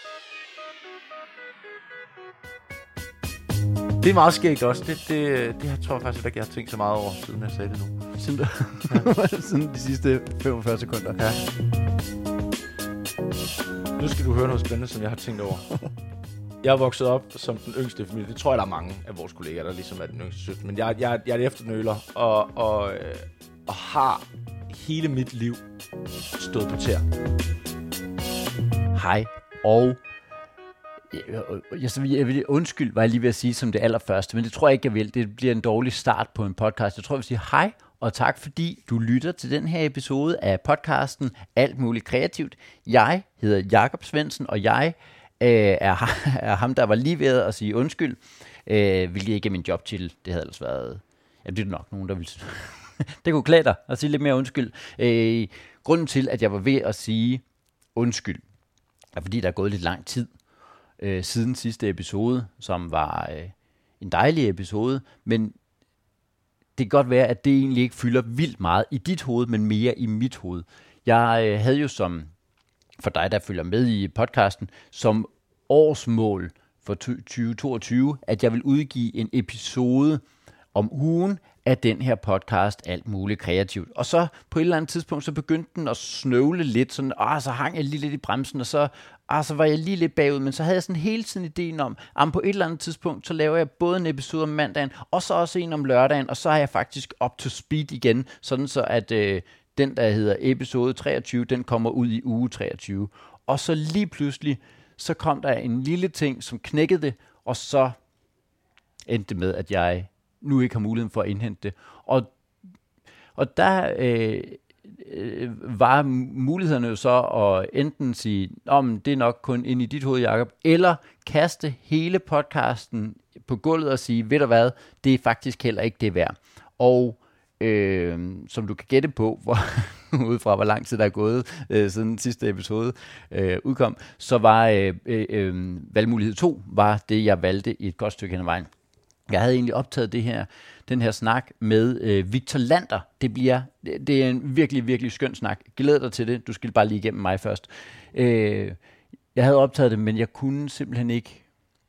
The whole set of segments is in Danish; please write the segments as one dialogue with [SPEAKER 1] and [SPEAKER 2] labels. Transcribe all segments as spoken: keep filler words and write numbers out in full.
[SPEAKER 1] Det er meget skægt også. Det, det, det tror jeg faktisk ikke, jeg har tænkt så meget over, siden jeg sagde det nu.
[SPEAKER 2] Siden, ja. Siden de sidste femogfyrre sekunder.
[SPEAKER 1] Ja. Nu skal du høre noget spændende, som jeg har tænkt over. Jeg er vokset op som den yngste familie. Det tror jeg, der er mange af vores kolleger, der ligesom er den yngste søster. Men jeg, jeg, jeg er et efternøler, og, og, øh, og har hele mit liv stået på tæer.
[SPEAKER 2] Hej, og jeg, jeg, jeg vil undskyld, var jeg lige ved at sige som det allerførste, men det tror jeg ikke, jeg vil. Det bliver en dårlig start på en podcast. Jeg tror, jeg vil sige hej, og tak fordi du lytter til den her episode af podcasten Alt Muligt Kreativt. Jeg hedder Jakob Svendsen, og jeg øh, er, er ham, der var lige ved at sige undskyld, øh, hvilket ikke er min jobtitel. Det havde ellers været, ja, det er nok nogen, der ville det kunne klæde dig at sige lidt mere undskyld. Øh, grunden til, at jeg var ved at sige undskyld, er fordi der er gået lidt lang tid øh, siden sidste episode, som var øh, en dejlig episode, men det kan godt være, at det egentlig ikke fylder vildt meget i dit hoved, men mere i mit hoved. Jeg øh, havde jo som, for dig der følger med i podcasten, som årsmål for tyve toogtyve, at jeg vil udgive en episode om ugen af den her podcast Alt Muligt Kreativt. Og så på et eller andet tidspunkt, så begyndte den at snøvle lidt, sådan, ah, så hang jeg lige lidt i bremsen, og så, ah, så var jeg lige lidt bagud, men så havde jeg sådan hele tiden ideen om, at på et eller andet tidspunkt, så laver jeg både en episode om mandagen, og så også en om lørdagen, og så er jeg faktisk up to speed igen, sådan så at øh, den, der hedder episode treogtyve, den kommer ud i uge treogtyve. Og så lige pludselig, så kom der en lille ting, som knækkede det, og så endte det med, at jeg nu ikke har muligheden for at indhente det. Og, og der øh, øh, var mulighederne jo så at enten sige, om det er nok kun ind i dit hoved, Jakob, eller kaste hele podcasten på gulvet og sige, ved du hvad, det er faktisk heller ikke det værd. Og øh, som du kan gætte på, hvor, ud fra hvor lang tid der er gået øh, siden den sidste episode øh, udkom, så var øh, øh, valgmulighed to, var det, jeg valgte i et godt stykke hen ad vejen. Jeg havde egentlig optaget det her, den her snak med øh, Victor Lander. Det bliver, det, det er en virkelig, virkelig skøn snak. Glæd dig til det. Du skal bare lige igennem mig først. Øh, jeg havde optaget det, men jeg kunne simpelthen ikke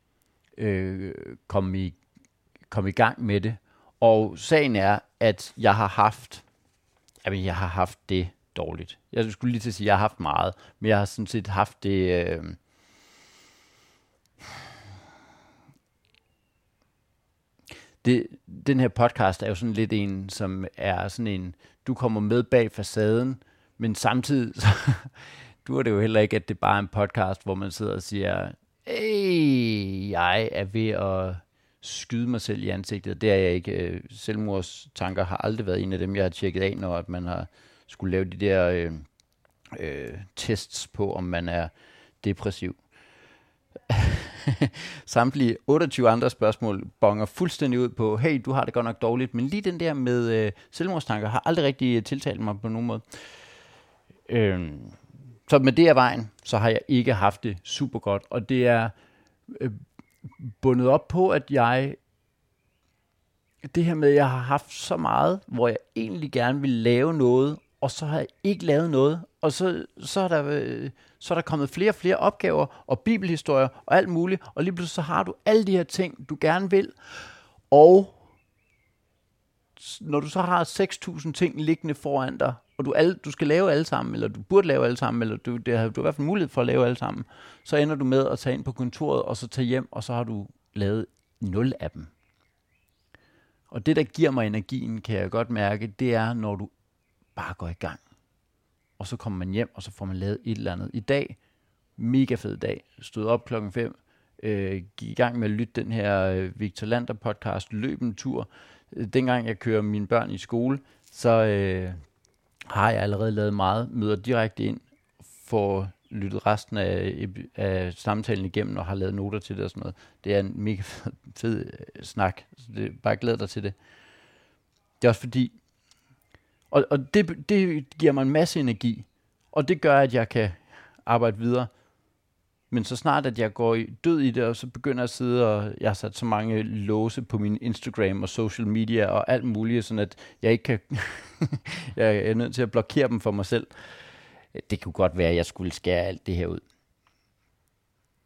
[SPEAKER 2] øh, komme, i, komme i gang med det. Og sagen er, at jeg har haft, jamen, jeg har haft det dårligt. Jeg skulle lige til at sige, at jeg har haft meget, men jeg har sådan set haft det. Øh, Det, den her podcast er jo sådan lidt en, som er sådan en, du kommer med bag facaden, men samtidig, så, du er det jo heller ikke, at det bare er en podcast, hvor man sidder og siger, hey, jeg er ved at skyde mig selv i ansigtet. Det er jeg ikke. Selvmordstanker har aldrig været en af dem, jeg har tjekket af, når at man har skulle lave de der øh, øh, tests på, om man er depressiv. Samtlige otteogtyve andre spørgsmål bonger fuldstændig ud på, hey, du har det godt nok dårligt, men lige den der med øh, selvmordstanker har aldrig rigtig tiltalt mig på nogen måde. Øhm, så med det af vejen, så har jeg ikke haft det super godt, og det er øh, bundet op på, at jeg, det her med, at jeg har haft så meget, hvor jeg egentlig gerne vil lave noget, og så har jeg ikke lavet noget, og så, så, er der, øh, så er der kommet flere og flere opgaver, og bibelhistorier, og alt muligt, og lige pludselig så har du alle de her ting, du gerne vil, og når du så har seks tusind ting liggende foran dig, og du, alle, du skal lave alle sammen, eller du burde lave alle sammen, eller du, det har, du har i hvert fald mulighed for at lave alle sammen, så ender du med at tage ind på kontoret, og så tage hjem, og så har du lavet nul af dem. Og det, der giver mig energien, kan jeg godt mærke, det er, når du bare går i gang. Og så kommer man hjem, og så får man lavet et eller andet. I dag, mega fed dag. Stod op klokken fem, øh, gik i gang med at lytte den her øh, Victor Lander podcast, løb en tur. Dengang jeg kører mine børn i skole, så øh, har jeg allerede lavet meget. Møder direkte ind, får lyttet resten af, af samtalen igennem, og har lavet noter til det og sådan noget. Det er en mega fed, fed øh, snak. Så det, bare glæder dig til det. Det er også fordi, Og, og det, det giver mig en masse energi, og det gør, at jeg kan arbejde videre. Men så snart, at jeg går i, død i det, og så begynder jeg at sidde, og jeg har sat så mange låse på min Instagram og social media og alt muligt, sådan at jeg ikke kan, jeg er nødt til at blokere dem for mig selv. Det kunne godt være, at jeg skulle skære alt det her ud.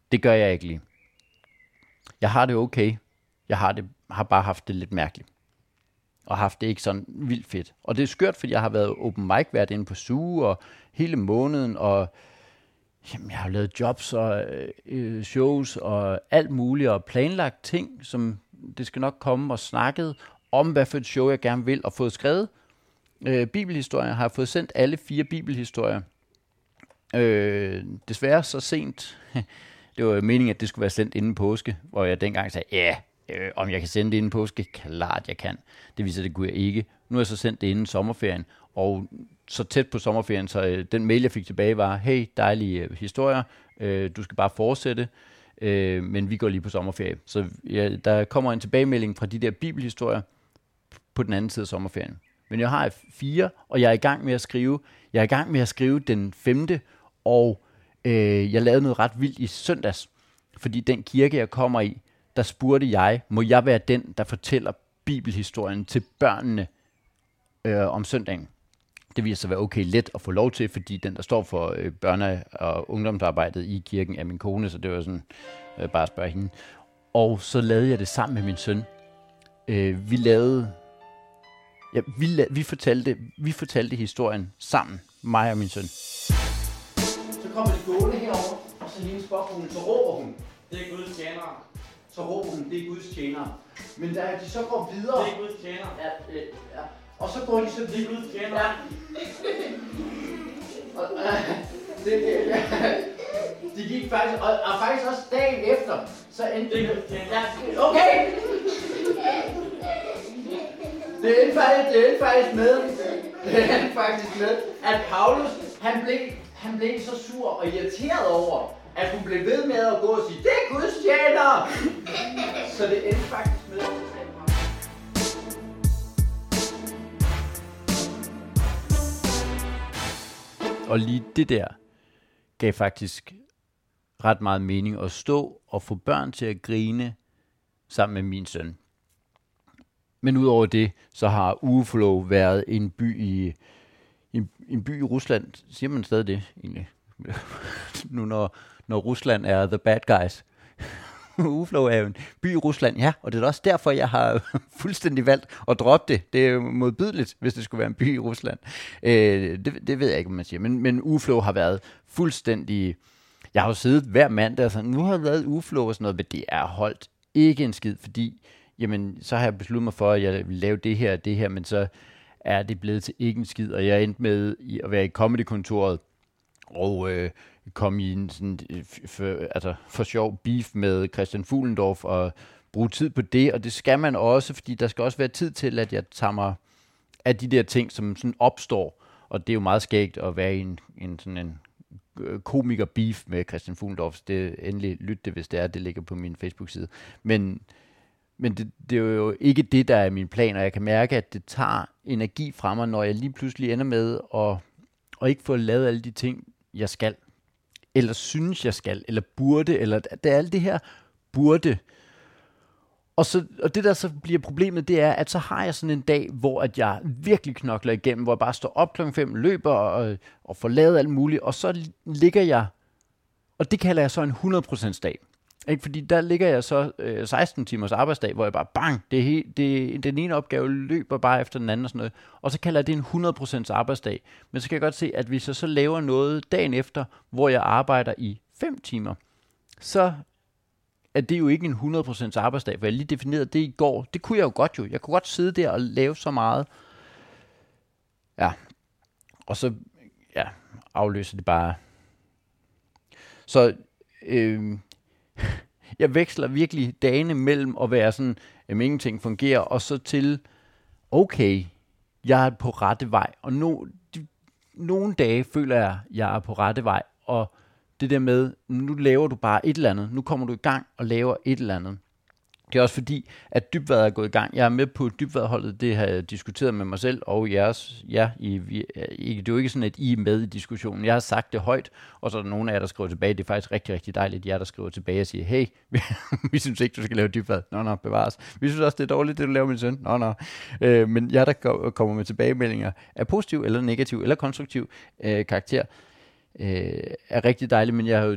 [SPEAKER 2] Det gør jeg ikke lige. Jeg har det okay. Jeg har, det, har bare haft det lidt mærkeligt. Og haft det ikke sådan vildt fedt. Og det er skørt, fordi jeg har været open mic vært inde på S U og hele måneden, og jamen, jeg har lavet jobs og øh, shows og alt muligt, og planlagt ting, som det skal nok komme, og snakket om, hvad for et show jeg gerne vil, og fået skrevet øh, bibelhistorier. Har jeg fået sendt alle fire bibelhistorier. Øh, desværre så sent. Det var meningen, at det skulle være sendt inden påske, hvor jeg dengang sagde, ja, øh, om jeg kan sende det inden påske, klart jeg kan. Det viser, det kunne jeg ikke. Nu har jeg så sendt det inden sommerferien, og så tæt på sommerferien, så øh, den mail, jeg fik tilbage var, hey, dejlige øh, historier, øh, du skal bare fortsætte, øh, men vi går lige på sommerferie. Så ja, der kommer en tilbagemelding fra de der bibelhistorier på den anden side af sommerferien. Men jeg har fire, og jeg er i gang med at skrive. Jeg er i gang med at skrive den femte, og øh, jeg lavede noget ret vildt i søndags, fordi den kirke, jeg kommer i, der spurgte jeg, må jeg være den, der fortæller bibelhistorien til børnene øh, om søndagen. Det viser sig være okay let at få lov til, fordi den, der står for øh, børne- og ungdomsarbejdet i kirken, er min kone, så det var sådan, øh, bare at spørge hende. Og så lavede jeg det sammen med min søn. Øh, vi lavede, ja, vi, la- vi, fortalte, vi fortalte historien sammen, mig og min søn. Så kommer det gående herover, og så hendes bokhunden, så råber hun.
[SPEAKER 3] Det er Guds tjenere.
[SPEAKER 2] Så råber hun, det er Guds tjenere. Men da de så går videre...
[SPEAKER 3] Det er Guds tjenere.
[SPEAKER 2] Ja, øh, ja. Og så går de så...
[SPEAKER 3] Det er Guds tjenere.
[SPEAKER 2] Ja. og, øh, det, det, ja. De gik faktisk... Og, og faktisk også dagen efter, så endte...
[SPEAKER 3] Det er Guds tjenere.
[SPEAKER 2] Ja, okay! Det endte faktisk, det endte faktisk med... Det endte faktisk med, at Paulus, han blev, han blev så sur og irriteret over, at hun blev ved med at gå og sige, det er Guds tjenere! Så det endte faktisk med... Og lige det der gav faktisk ret meget mening at stå og få børn til at grine sammen med min søn. Men udover det, så har Ugeflow været en by i en, en by i Rusland. Siger man stadig det egentlig? Nu når, når Rusland er the bad guys. Ugeflow er jo en by i Rusland, ja, og det er også derfor, jeg har fuldstændig valgt at droppe det. Det er jo modbydeligt, hvis det skulle være en by i Rusland. Øh, det, det ved jeg ikke, om man siger, men, men Ugeflow har været fuldstændig... Jeg har jo siddet hver mandag og sådan, nu har jeg lavet Ugeflow og sådan noget, men det er holdt ikke en skid, fordi jamen, så har jeg besluttet mig for, at jeg vil lave det her og det her, men så er det blevet til ikke en skid, og jeg er endt med at være i Comedy-kontoret, og øh, kom i en sådan, for, altså for sjov beef med Christian Fuglendorf, og bruge tid på det, og det skal man også, fordi der skal også være tid til, at jeg tager mig af de der ting, som sådan opstår, og det er jo meget skægt at være i en, en sådan en komiker-beef med Christian Fuglendorf. Det endelig lyt det, hvis det er, det ligger på min Facebook-side. Men, men det, det er jo ikke det, der er min plan, og jeg kan mærke, at det tager energi fra mig, når jeg lige pludselig ender med at, at ikke få lavet alle de ting, jeg skal, eller synes, jeg skal, eller burde, eller det er alt det her burde. Og, så, og det, der så bliver problemet, det er, at så har jeg sådan en dag, hvor at jeg virkelig knokler igennem, hvor jeg bare står op klokken fem, løber og, og får lavet alt muligt, og så ligger jeg, og det kalder jeg så en hundrede procent dag. Ikke? Fordi der ligger jeg så øh, seksten timers arbejdsdag, hvor jeg bare bang, det er helt, det, den ene opgave løber bare efter den anden og sådan noget. Og så kalder jeg det en hundrede procent arbejdsdag. Men så kan jeg godt se, at hvis jeg så laver noget dagen efter, hvor jeg arbejder i fem timer, så at det er jo ikke en hundrede procent arbejdsdag, for jeg lige definerede det i går. Det kunne jeg jo godt jo. Jeg kunne godt sidde der og lave så meget. Ja. Og så ja, afløser det bare. Så øh, jeg veksler virkelig dagene mellem at være sådan, at ingenting fungerer, og så til, okay, jeg er på rette vej. Og no, de, nogle dage føler jeg, at jeg er på rette vej, og det der med, nu laver du bare et eller andet. Nu kommer du i gang og laver et eller andet. Det er også fordi, at Dybvad er gået i gang. Jeg er med på Dybvad-holdet. Det har jeg diskuteret med mig selv og jeres. Ja, I, vi, det er jo ikke sådan, at I er med i diskussionen. Jeg har sagt det højt, og så er der nogen af jer, der skriver tilbage. Det er faktisk rigtig, rigtig dejligt, jer, der skriver tilbage og siger, hey, vi synes ikke, du skal lave Dybvad. Nå, nå, bevares. Vi synes også, det er dårligt, det du laver med din søn. Nå, nå. Øh, men jer, der kommer med tilbagemeldinger af positiv eller negativ eller konstruktiv øh, karakter, Øh, er rigtig dejligt, men jeg har jo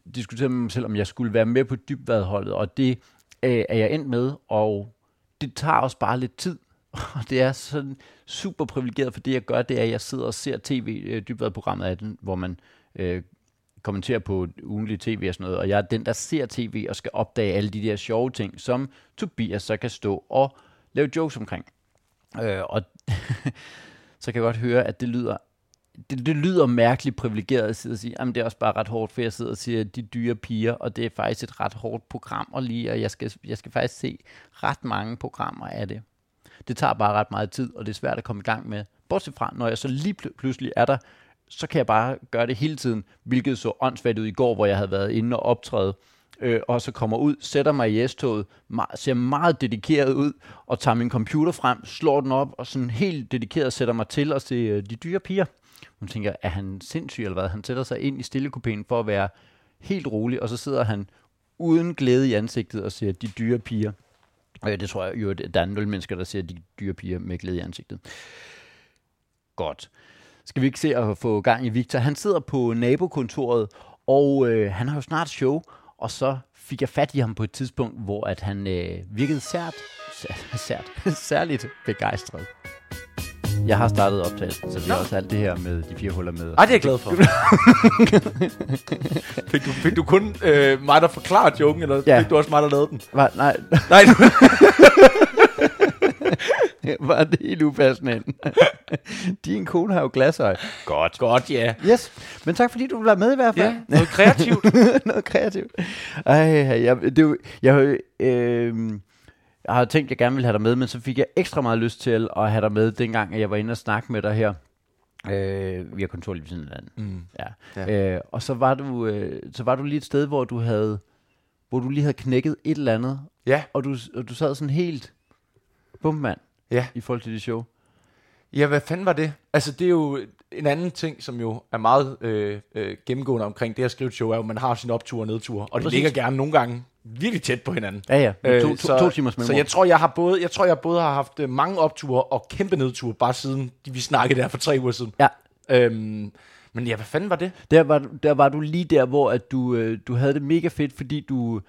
[SPEAKER 2] diskuterede med mig selv, om jeg skulle være med på dybvadholdet, og det øh, er jeg endt med, og det tager også bare lidt tid. Og det er sådan super privilegeret, for det jeg gør, det er, at jeg sidder og ser tv, øh, dybvadprogrammet af den, hvor man øh, kommenterer på ugenlige tv og sådan noget, og jeg er den, der ser tv og skal opdage alle de der sjove ting, som Tobias så kan stå og lave jokes omkring. Øh, og så kan jeg godt høre, at det lyder det, det lyder mærkeligt privilegeret at sidde og sige, jamen det er også bare ret hårdt, for jeg sidder og siger, de dyre piger, og det er faktisk et ret hårdt program at lide, og jeg skal, jeg skal faktisk se ret mange programmer af det. Det tager bare ret meget tid, og det er svært at komme i gang med. Bortset fra, når jeg så lige pl- pludselig er der, så kan jeg bare gøre det hele tiden, hvilket så åndssvagt ud i går, hvor jeg havde været inde og optræde, øh, og så kommer ud, sætter mig i S-toget, me- ser meget dedikeret ud, og tager min computer frem, slår den op, og sådan helt dedikeret sætter mig til at se øh, de dyre piger. Hun tænker, er han sindssyg eller hvad? Han sætter sig ind i stillekupéen for at være helt rolig, og så sidder han uden glæde i ansigtet og siger, de dyre piger. Og det tror jeg jo, der er nul mennesker, der ser de dyre piger med glæde i ansigtet. Godt. Skal vi ikke se at få gang i Victor? Han sidder på nabokontoret, og øh, han har jo snart show, og så fik jeg fat i ham på et tidspunkt, hvor at han øh, virkede sært, sært, sært, særligt begejstret. Jeg har startet optagelsen, så vi har også alt det her med de fire huller med.
[SPEAKER 1] Ej, det er jeg glad for. fik, du, fik du kun øh, mig, der forklarede joken, eller ja. Fik du også mig, der lavede den?
[SPEAKER 2] Var, nej.
[SPEAKER 1] Nej.
[SPEAKER 2] Var det helt upassende? Din kone har jo glasøje.
[SPEAKER 1] Godt. Godt, ja.
[SPEAKER 2] Yes. Men tak fordi du vil være med i hvert fald.
[SPEAKER 1] Ja, noget kreativt.
[SPEAKER 2] noget kreativt. Ej, jeg, det, jeg, øh, jeg har tænkt, at jeg gerne ville have dig med, men så fik jeg ekstra meget lyst til at have dig med, dengang at jeg var inde og snakke med dig her. Øh, vi har kontor lige ved siden af landet. Mm. Ja. Ja. Øh, og så var, du, øh, så var du lige et sted, hvor du havde, hvor du lige havde knækket et eller andet.
[SPEAKER 1] Ja.
[SPEAKER 2] Og du, og du sad sådan helt bumpmand.
[SPEAKER 1] Ja.
[SPEAKER 2] I forhold til det show.
[SPEAKER 1] Ja, hvad fanden var det? Altså, det er jo en anden ting, som jo er meget øh, øh, gennemgående omkring det at skrive et show, er jo, at man har sin optur og nedtur, og det ligger gerne nogle gange virkelig tæt på hinanden.
[SPEAKER 2] Ja, ja.
[SPEAKER 1] Øh,
[SPEAKER 2] to, to,
[SPEAKER 1] så,
[SPEAKER 2] to timers mellemrum.
[SPEAKER 1] Så jeg tror, jeg har både, jeg tror, jeg både har haft øh, mange opture og kæmpe nedture, bare siden de, vi snakkede der for tre uger siden.
[SPEAKER 2] Ja.
[SPEAKER 1] Øhm, men ja, hvad fanden var det?
[SPEAKER 2] Der var, der var du lige der, hvor at du, øh, du havde det mega fedt, fordi du,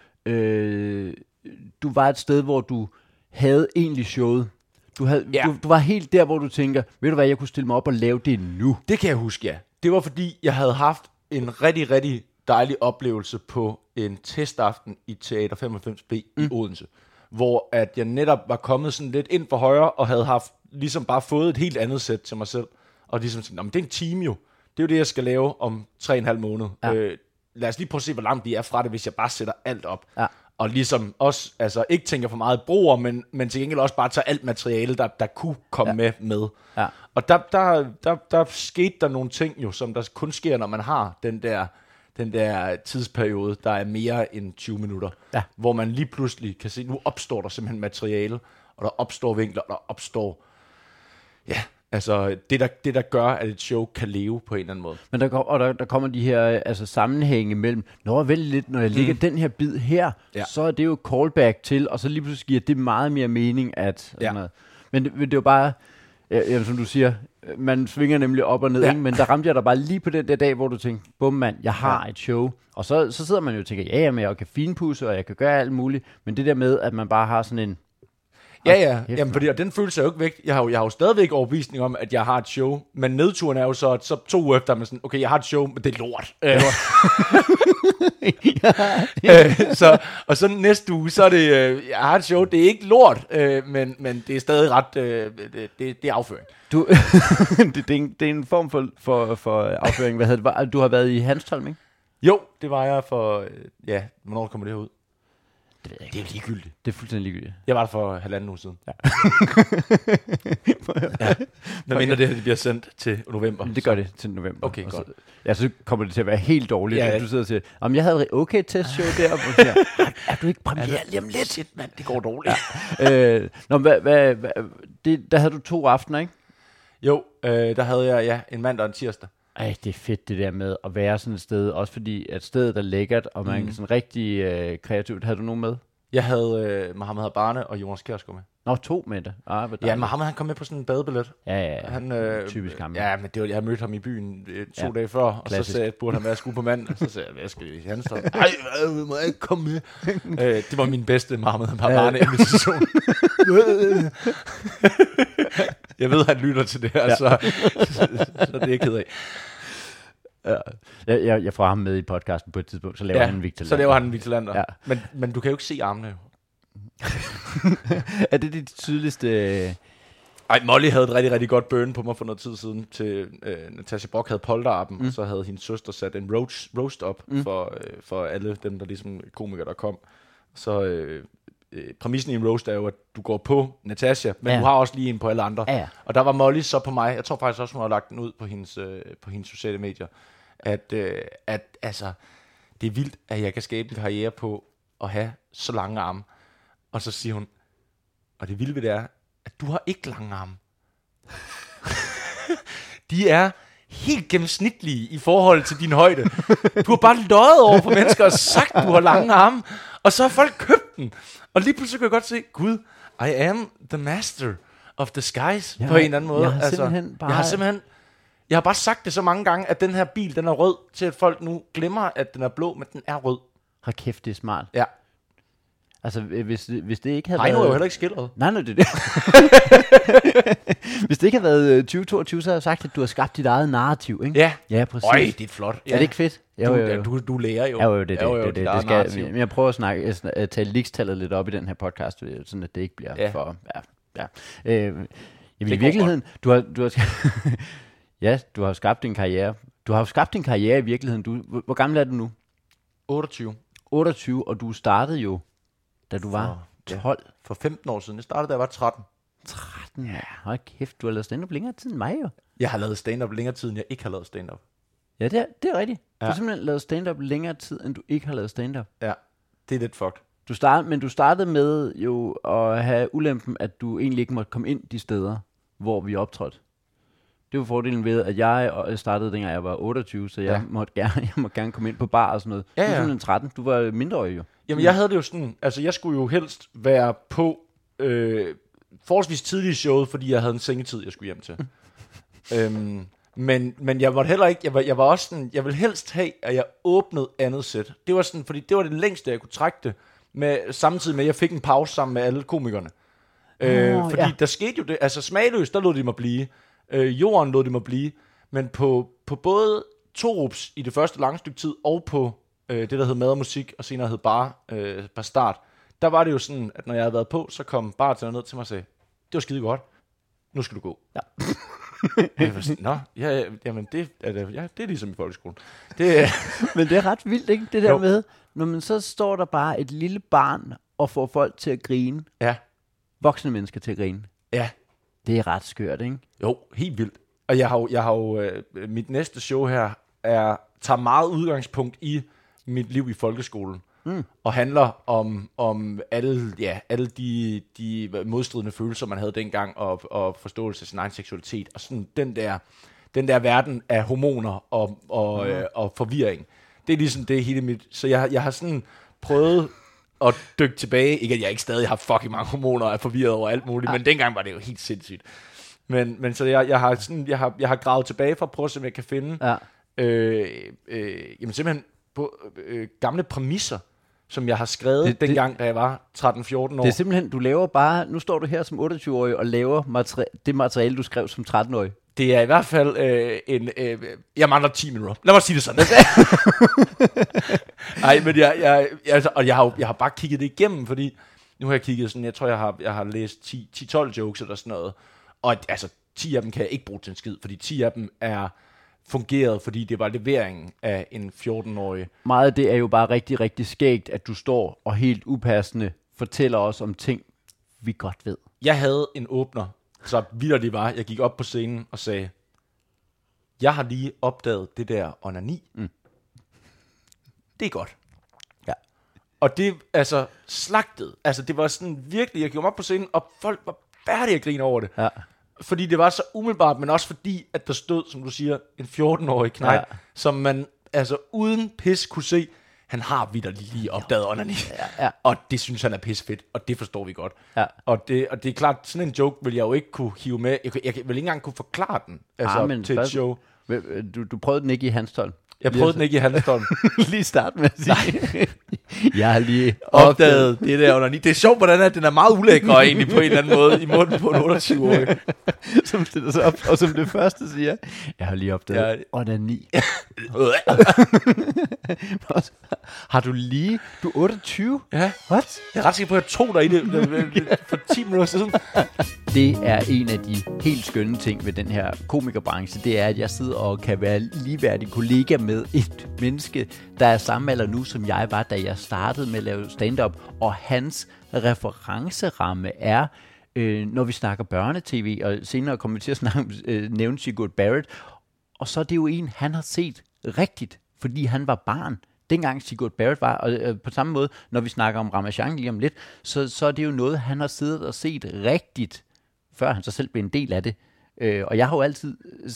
[SPEAKER 2] øh, du var et sted, hvor du havde egentlig showet. Du, havde, ja. du, du var helt der, hvor du tænker, ved du hvad, jeg kunne stille mig op og lave det nu.
[SPEAKER 1] Det kan jeg huske, ja. Det var fordi, jeg havde haft en rigtig, rigtig dejlig oplevelse på en testaften i Teater femoghalvfems B mm. i Odense, hvor at jeg netop var kommet sådan lidt ind for højre, og havde haft ligesom bare fået et helt andet sæt til mig selv, og ligesom tænkte, men det er en time jo. Det er jo det, jeg skal lave om tre og en halv måned. Ja. Øh, lad os lige prøve at se, hvor langt vi er fra det, hvis jeg bare sætter alt op. Ja. Og ligesom også, altså ikke tænker for meget bruger, men, men til gengæld også bare tager alt materiale, der, der kunne komme ja. med med. Ja. Og der, der, der, der skete der nogle ting jo, som der kun sker, når man har den der, den der tidsperiode, der er mere end tyve minutter. Ja. Hvor man lige pludselig kan se, nu opstår der simpelthen materiale, og der opstår vinkler, og der opstår, ja, altså det der, det der gør, at et show kan leve på en eller anden måde.
[SPEAKER 2] Men der, og der, der kommer de her altså, sammenhænge mellem, når, vel lidt, når jeg lægger mm. den her bid her, ja. så er det jo callback til, og så lige pludselig giver det meget mere mening, at... Ja. Noget. Men det, det er jo bare, ja, som du siger, man svinger nemlig op og ned, ja. ikke? Men der ramte jeg dig bare lige på den der dag, hvor du tænkte, bum mand, jeg har ja. et show. Og så, så sidder man jo og tænker, ja, jamen, jeg kan finpudse, og jeg kan gøre alt muligt, men det der med, at man bare har sådan en...
[SPEAKER 1] Ja, ja. Jamen, fordi, og den følelse er jo ikke væk. Jeg har jo, jeg har jo stadigvæk overbevisning om, at jeg har et show. Men nedturen er jo så, at så to uger efter, man sådan, okay, jeg har et show, men det er lort. Øh. ja, ja. øh, så, og så næste uge, så er det, øh, jeg har et show, det er ikke lort, øh, men, men det er stadig ret, øh, det, det, det er afføring.
[SPEAKER 2] Du, det, det, er en, det er en form for, for, for afføring. Hvad hedder det? Du har været i Hanstholm, ikke?
[SPEAKER 1] Jo, det var jeg for, ja, hvornår kommer det her ud?
[SPEAKER 2] Det,
[SPEAKER 1] det er jo ligegyldigt.
[SPEAKER 2] Det er fuldstændig ligegyldigt.
[SPEAKER 1] Jeg var der for halvanden uge siden. Ja. ja. Hvad mener det, at det bliver sendt til november?
[SPEAKER 2] Det gør det til november.
[SPEAKER 1] Okay, godt.
[SPEAKER 2] Så, ja, så kommer det til at være helt dårligt.
[SPEAKER 1] Ja, ja.
[SPEAKER 2] Du sidder og siger, om jeg havde et okay testshow der. Og siger, er, er du ikke premiere lige om lidt?
[SPEAKER 1] Shit, mand, det går dårligt.
[SPEAKER 2] Ja. øh, nå, hvad, hvad, hvad, det, der havde du to aftener, ikke?
[SPEAKER 1] Jo, øh, der havde jeg ja, en mandag og en tirsdag.
[SPEAKER 2] Ej, det er fedt det der med at være sådan et sted, også fordi at stedet er lækkert, og man mm. er sådan rigtig øh, kreativt. Havde du nogen med?
[SPEAKER 1] Jeg havde øh, Mohammed Habane og Jonas Kjærsgaard med.
[SPEAKER 2] Nå, to med det. Ah,
[SPEAKER 1] ja, Mohammed han kom med på sådan en badebillet.
[SPEAKER 2] Ja, ja, ja.
[SPEAKER 1] Han, øh,
[SPEAKER 2] typisk ham.
[SPEAKER 1] Ja, men det var, jeg mødte ham i byen øh, to ja. dage før, og Klassisk. så sagde jeg, burde han være sgu på mand. Og så sagde jeg, hvad skal vi? Han står, nej, må jeg ikke komme med? øh, det var min bedste Mohammed Habane-invitation. Jeg ved, han lytter til det her, ja. så, så, så det er jeg ked af.
[SPEAKER 2] Ja. Jeg, jeg, jeg får ham med i podcasten på et tidspunkt, så laver
[SPEAKER 1] ja,
[SPEAKER 2] han en Victor
[SPEAKER 1] så laver han en Victor Lander. Ja. Men, men du kan jo ikke se armene.
[SPEAKER 2] Er det det tydeligste?
[SPEAKER 1] Ej, Molly havde et rigtig, rigtig godt burn på mig for noget tid siden. Til øh, Natasha Brock havde polterappen, mm. og så havde hendes søster sat en roast, roast op mm. for, øh, for alle dem, der ligesom komikere, der kom. Så øh, øh, præmissen i en roast er jo, at du går på Natasha, men ja. du har også lige en på alle andre. Ja. Og der var Molly så på mig. Jeg tror faktisk også, hun har lagt den ud på hendes, øh, på hendes sociale medier. At, øh, at altså, det er vildt, at jeg kan skabe en karriere på at have så lange arme. Og så siger hun, og det vilde ved det er, at du har ikke lange arme. De er helt gennemsnitlige i forhold til din højde. Du har bare løjet over for mennesker og sagt, du har lange arme. Og så har folk købt den. Og lige pludselig kan jeg godt se, Gud, I am the master of the skies ja, på en eller anden måde.
[SPEAKER 2] Jeg har, altså, simpelthen bare...
[SPEAKER 1] jeg har simpelthen... Jeg har bare sagt det så mange gange, at den her bil, den er rød, til at folk nu glemmer, at den er blå, men den er rød.
[SPEAKER 2] Hold kæft, det er smart.
[SPEAKER 1] Ja.
[SPEAKER 2] Altså, hvis, hvis det ikke havde
[SPEAKER 1] Ej,
[SPEAKER 2] været...
[SPEAKER 1] nu er jo heller ikke skildret.
[SPEAKER 2] Nej, nej, det er det. Hvis det ikke havde været tyve toogtyve, så havde jeg sagt, at du har skabt dit eget narrativ, ikke?
[SPEAKER 1] Ja.
[SPEAKER 2] Ja, præcis.
[SPEAKER 1] Øj, det er flot. Ja.
[SPEAKER 2] Er det ikke fedt?
[SPEAKER 1] Jo, jo, jo. Du, du lærer jo.
[SPEAKER 2] Ja, jo, det er det.
[SPEAKER 1] Jo, jo,
[SPEAKER 2] det, det, det, det skal, jeg, jeg prøver at snakke, at tale ligestallet lidt op i den her podcast, sådan at det ikke bliver ja. for... Ja, ja. Øh, i virkeligheden, du har... Du har ja, du har skabt din karriere. Du har skabt din karriere i virkeligheden. Du, hvor, hvor gammel er du nu?
[SPEAKER 1] otteogtyve.
[SPEAKER 2] otteogtyve, og du startede jo, da du var tolv.
[SPEAKER 1] Ja, for femten år siden. Jeg startede, da jeg var tretten.
[SPEAKER 2] tretten, ja. Hold kæft, du har lavet stand-up længere tid end mig jo.
[SPEAKER 1] Jeg har lavet stand-up længere tid, end jeg ikke har lavet stand-up.
[SPEAKER 2] Ja, det er, det er rigtigt. Ja. Du har simpelthen lavet stand-up længere tid, end du ikke har lavet stand-up.
[SPEAKER 1] Ja, det er lidt fucked.
[SPEAKER 2] Du start, men du startede med jo at have ulempen, at du egentlig ikke måtte komme ind de steder, hvor vi optrådte. Det var fordelen ved, at jeg startede, dengang jeg var otteogtyve, så jeg, ja. måtte, gerne, jeg måtte gerne komme ind på bar og sådan noget. Ja, ja. Du var simpelthen tretten. Du var mindreårig jo.
[SPEAKER 1] Jamen, jeg havde det jo sådan, altså jeg skulle jo helst være på øh, forholdsvis tidligt i showet, fordi jeg havde en sengetid, jeg skulle hjem til. øhm, men, men jeg var heller ikke, jeg var, jeg var også sådan, jeg ville helst have, at jeg åbnede andet sæt. Det var sådan, fordi det var det længste, jeg kunne trække det, med, samtidig med, at jeg fik en pause sammen med alle komikerne. Øh, oh, fordi ja. der skete jo det, altså Smagløs, der lod de mig blive. Øh, jorden lod det mig blive, men på, på både Torups i det første lange stykke tid, og på øh, det, der hed Mad og Musik, og senere hed Bar, øh, Bar Start, der var det jo sådan, at når jeg havde været på, så kom bartenderen ned til mig og sagde, det var skide godt, nu skal du gå. Ja. Jeg var sådan, nå, ja, jamen det er, det, ja, det er ligesom i folkeskolen. Det,
[SPEAKER 2] men det er ret vildt, ikke? Det der jo. Med, når man så står der bare et lille barn, og får folk til at grine.
[SPEAKER 1] Ja.
[SPEAKER 2] Voksne mennesker til at grine.
[SPEAKER 1] Ja.
[SPEAKER 2] Det er ret skørt, ikke?
[SPEAKER 1] Jo, helt vildt. Og jeg har jo, jeg har jo øh, mit næste show her er tager meget udgangspunkt i mit liv i folkeskolen. Mm. Og handler om, om alle, ja, alle de, de modstridende følelser, man havde dengang, og, og forståelse af sin egen seksualitet, og sådan den der, den der verden af hormoner og, og, mm. øh, og forvirring. Det er ligesom det hele mit... Så jeg, jeg har sådan prøvet at dykke tilbage. Ikke at jeg ikke stadig har fucking mange hormoner og er forvirret over alt muligt, ja. Men dengang var det jo helt sindssygt. Men, men så jeg, jeg, har sådan, jeg, har, jeg har gravet tilbage for at prøve, om jeg kan finde ja. øh, øh, jamen simpelthen på øh, gamle præmisser, som jeg har skrevet det, dengang, det, da jeg var tretten fjorten år.
[SPEAKER 2] Det er simpelthen, du laver bare, nu står du her som otteogtyve-årig og laver materi- det materiale, du skrev som tretten-årig.
[SPEAKER 1] Det er i hvert fald øh, en, øh, jeg mangler ti minutter. Lad mig sige det sådan. Nej, men jeg, jeg, altså, og jeg har, jeg har bare kigget det igennem, fordi nu har jeg kigget sådan, jeg tror, jeg har, jeg har læst ti til tolv jokes eller sådan noget, og altså ti af dem kan jeg ikke bruge til en skid, fordi ti af dem er fungeret, fordi det var leveringen af en fjorten-årig.
[SPEAKER 2] Meget af det er jo bare rigtig, rigtig skægt, at du står og helt upassende fortæller os om ting, vi godt ved.
[SPEAKER 1] Jeg havde en åbner, så vildt det var, jeg gik op på scenen og sagde, jeg har lige opdaget det der onani. Mm. Det er godt. Ja. Og det, altså, slagtet. Altså, det var sådan virkelig, jeg gik op på scenen, og folk var færdige at grine over det. Ja. Fordi det var så umiddelbart, men også fordi, at der stod, som du siger, en fjorten-årig knægt, ja. Som man, altså, uden pis kunne se, han har vitterligt lige opdaget onani.
[SPEAKER 2] Ja, ja.
[SPEAKER 1] Og det synes han er pissefedt, og det forstår vi godt.
[SPEAKER 2] Ja.
[SPEAKER 1] Og, det, og det er klart, sådan en joke vil jeg jo ikke kunne hive med. Jeg, jeg, jeg vil ikke engang kunne forklare den altså,
[SPEAKER 2] ah, men
[SPEAKER 1] til et show.
[SPEAKER 2] Du, du prøvede den ikke i Hanstholm.
[SPEAKER 1] Jeg prøvede den ikke i Hanstholm.
[SPEAKER 2] Lige start med at sige. Jeg har lige
[SPEAKER 1] opdaget det der onani. Det er sjovt, hvordan at den er meget ulækker egentlig på en eller anden måde i munden på en otteogtyve-årig.
[SPEAKER 2] Som stiller sig op, og som det første siger, jeg har lige opdaget ja. onani. Har du lige, du er otteogtyve?
[SPEAKER 1] Ja.
[SPEAKER 2] What?
[SPEAKER 1] Jeg er ret sikker på, at jeg tog dig i det for ti minutter siden.
[SPEAKER 2] Det er en af de helt skønne ting ved den her komikerbranche, det er, at jeg sidder og kan være ligeværdig kollega med et menneske, der er samme alder nu, som jeg var, da jeg startede med at lave stand-up, og hans referenceramme er, øh, når vi snakker børnetv, og senere kommer vi til at snakke, øh, nævne Sigurd Barrett, og så er det jo en, han har set rigtigt, fordi han var barn. Dengang Sigurd Barrett var, og øh, på samme måde, når vi snakker om Ramasjang lige om lidt, så, så er det jo noget, han har siddet og set rigtigt, før han så selv blev en del af det. Øh, og jeg har jo altid,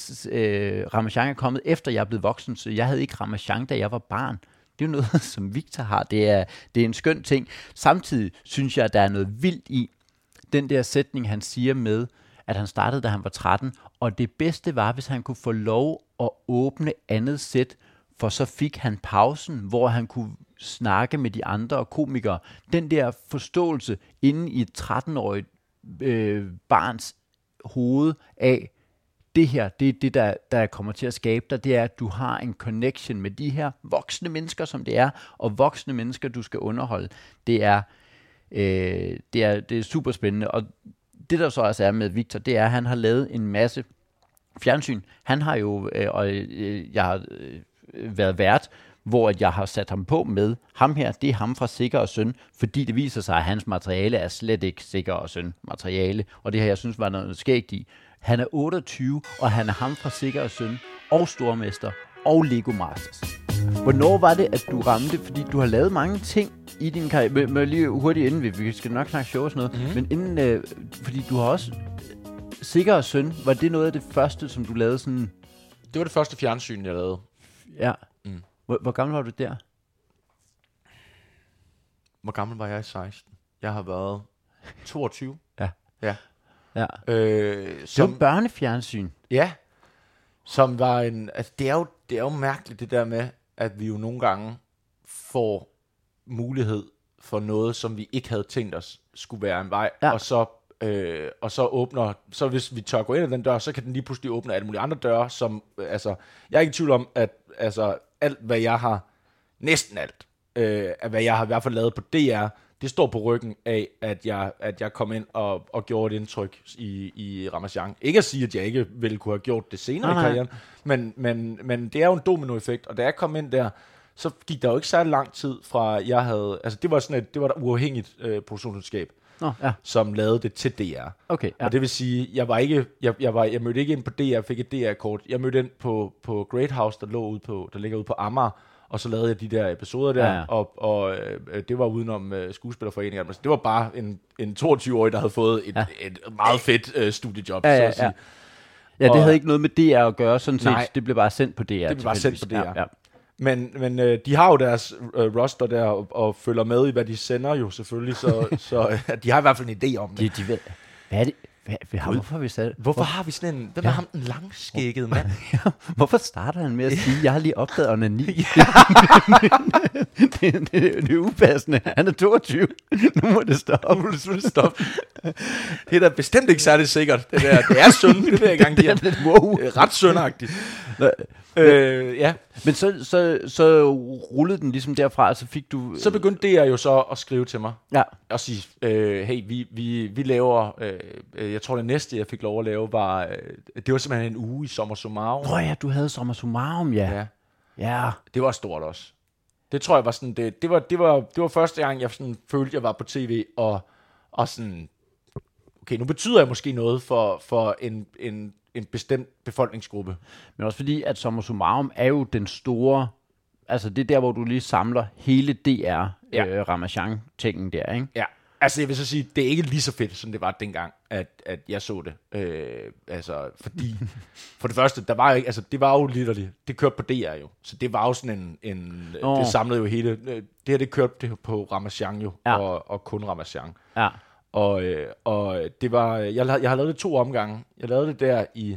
[SPEAKER 2] øh, Ramasjang er kommet efter jeg er blevet voksen, så jeg havde ikke Ramasjang, da jeg var barn. Det er jo noget, som Victor har. Det er, det er en skøn ting. Samtidig synes jeg, at der er noget vildt i den der sætning, han siger med, at han startede, da han var tretten, og det bedste var, hvis han kunne få lov at åbne andet sæt, for så fik han pausen, hvor han kunne snakke med de andre komikere. Den der forståelse inde i et tretten-årigt øh, barns hoved af, det her, det er det, der, der kommer til at skabe dig, det er, at du har en connection med de her voksne mennesker, som det er, og voksne mennesker, du skal underholde. Det er, øh, det er, det er super spændende, og det, der så også er med Victor, det er, at han har lavet en masse fjernsyn. Han har jo, øh, og øh, jeg har øh, været vært, hvor jeg har sat ham på med, ham her, det er ham fra Sikker og Søn, fordi det viser sig, at hans materiale er slet ikke Sikker og Søn materiale, og det her, jeg synes, var noget skægt i. Han er otteogtyve, og han er ham fra Sikker og Søn, og Stormester, og Lego Masters. Hvornår var det, at du ramte, fordi du har lavet mange ting i din karriere, men lige hurtigt inden, vi, vi skal nok snakke show og sådan noget, mm-hmm. men inden, øh, fordi du har også, Sikker og Søn, var det noget af det første, som du lavede sådan?
[SPEAKER 1] Det var det første fjernsyn, jeg lavede.
[SPEAKER 2] Ja. Mm. Hvor, hvor gammel var du der?
[SPEAKER 1] Hvor gammel var jeg i seksten? Jeg har været toogtyve.
[SPEAKER 2] Ja.
[SPEAKER 1] Ja.
[SPEAKER 2] Ja.
[SPEAKER 1] Øh,
[SPEAKER 2] som, det var børnefjernsyn.
[SPEAKER 1] Ja. Som var en... Altså, det er jo, det er jo mærkeligt, det der med, at vi jo nogle gange får mulighed for noget, som vi ikke havde tænkt os skulle være en vej, ja. og så øh, og så åbner, så hvis vi tør gå ind ad den dør, så kan den lige pludselig åbne alle mulige andre døre, som, altså, jeg er ikke i tvivl om, at altså, alt, hvad jeg har, næsten alt, øh, af hvad jeg har i hvert fald lavet på D R, det står på ryggen af, at jeg, at jeg kom ind og, og gjorde et indtryk i, i Ramasjang. Ikke at sige, at jeg ikke ville kunne have gjort det senere Aha. i karrieren, men, men, men det er jo en dominoeffekt, og da jeg kom ind der, så gik der jo ikke særlig lang tid fra, jeg havde, altså det var sådan et, det var et uafhængigt øh, produktionsselskab, oh, ja. som lavede det til D R.
[SPEAKER 2] Okay, ja.
[SPEAKER 1] Og det vil sige, jeg var ikke, jeg, jeg, var, jeg mødte ikke ind på D R, fik et D R-kort. Jeg mødte ind på, på Great House, der lå ude på, der ligger ude på Amager, og så lavede jeg de der episoder der, ja, ja. og, og øh, det var udenom øh, skuespillerforeningen. Det var bare en, en toogtyve-årig, der havde fået et, ja. et meget fedt øh, studiejob,
[SPEAKER 2] ja, ja,
[SPEAKER 1] så at sige. Ja,
[SPEAKER 2] ja det
[SPEAKER 1] og,
[SPEAKER 2] havde ikke noget med D R at gøre, sådan set.
[SPEAKER 1] Nej,
[SPEAKER 2] det blev bare sendt på D R.
[SPEAKER 1] Det blev bare sendt på D R.
[SPEAKER 2] Ja, ja.
[SPEAKER 1] Men, men øh, de har jo deres øh, roster der, og, og følger med i, hvad de sender jo selvfølgelig, så, så øh, de har i hvert fald en idé om det.
[SPEAKER 2] De, de ved, hvad er det? Hvad, hvad, hvorfor, vi sat,
[SPEAKER 1] hvorfor hvor, har vi sådan en... Hvem ja. er ham, den langskækkede mand?
[SPEAKER 2] Hvorfor starter han med at sige, jeg har lige opdaget onani? det, det, det, det er upassende. Han er toogtyve. Nu må det stoppe. Nu må det stoppe.
[SPEAKER 1] Det er da bestemt ikke særlig sikkert. Det, der. Det er synd, det vil jeg gerne give. Det er wow. ret syndagtigt. Øh, ja.
[SPEAKER 2] Men så, så, så rullede den ligesom derfra, og så fik du...
[SPEAKER 1] Så begyndte det jo så at skrive til mig.
[SPEAKER 2] Ja.
[SPEAKER 1] Og sige, øh, hey, vi, vi, vi laver... Øh, jeg tror, det næste, jeg fik lov at lave, var... Øh, det var simpelthen en uge i Sommer Summarum.
[SPEAKER 2] Nå ja, du havde Sommer Summarum, ja.
[SPEAKER 1] Ja.
[SPEAKER 2] Ja.
[SPEAKER 1] Det var stort også. Det tror jeg var sådan... Det, det, var, det, var, det var første gang, jeg sådan følte, jeg var på tv, og, og sådan... Okay, nu betyder jeg måske noget for, for en... en en bestemt befolkningsgruppe.
[SPEAKER 2] Men også fordi, at Sommer Summarum er jo den store, altså det er der, hvor du lige samler hele D R, ja. øh, Ramasjang-tingen der, ikke?
[SPEAKER 1] Ja, Altså, jeg vil så sige, det er ikke lige så fedt, som det var dengang, at, at jeg så det. Øh, altså, fordi, for det første, der var ikke, altså, det var jo litterligt, det kørte på D R jo, så det var jo sådan en, en oh. det samlede jo hele, det her, det kørte det på Ramasjang jo, ja. og, og kun Ramasjang.
[SPEAKER 2] Ja.
[SPEAKER 1] Og, øh, og det var, jeg, jeg har lavet det to omgange, jeg lavede det der i,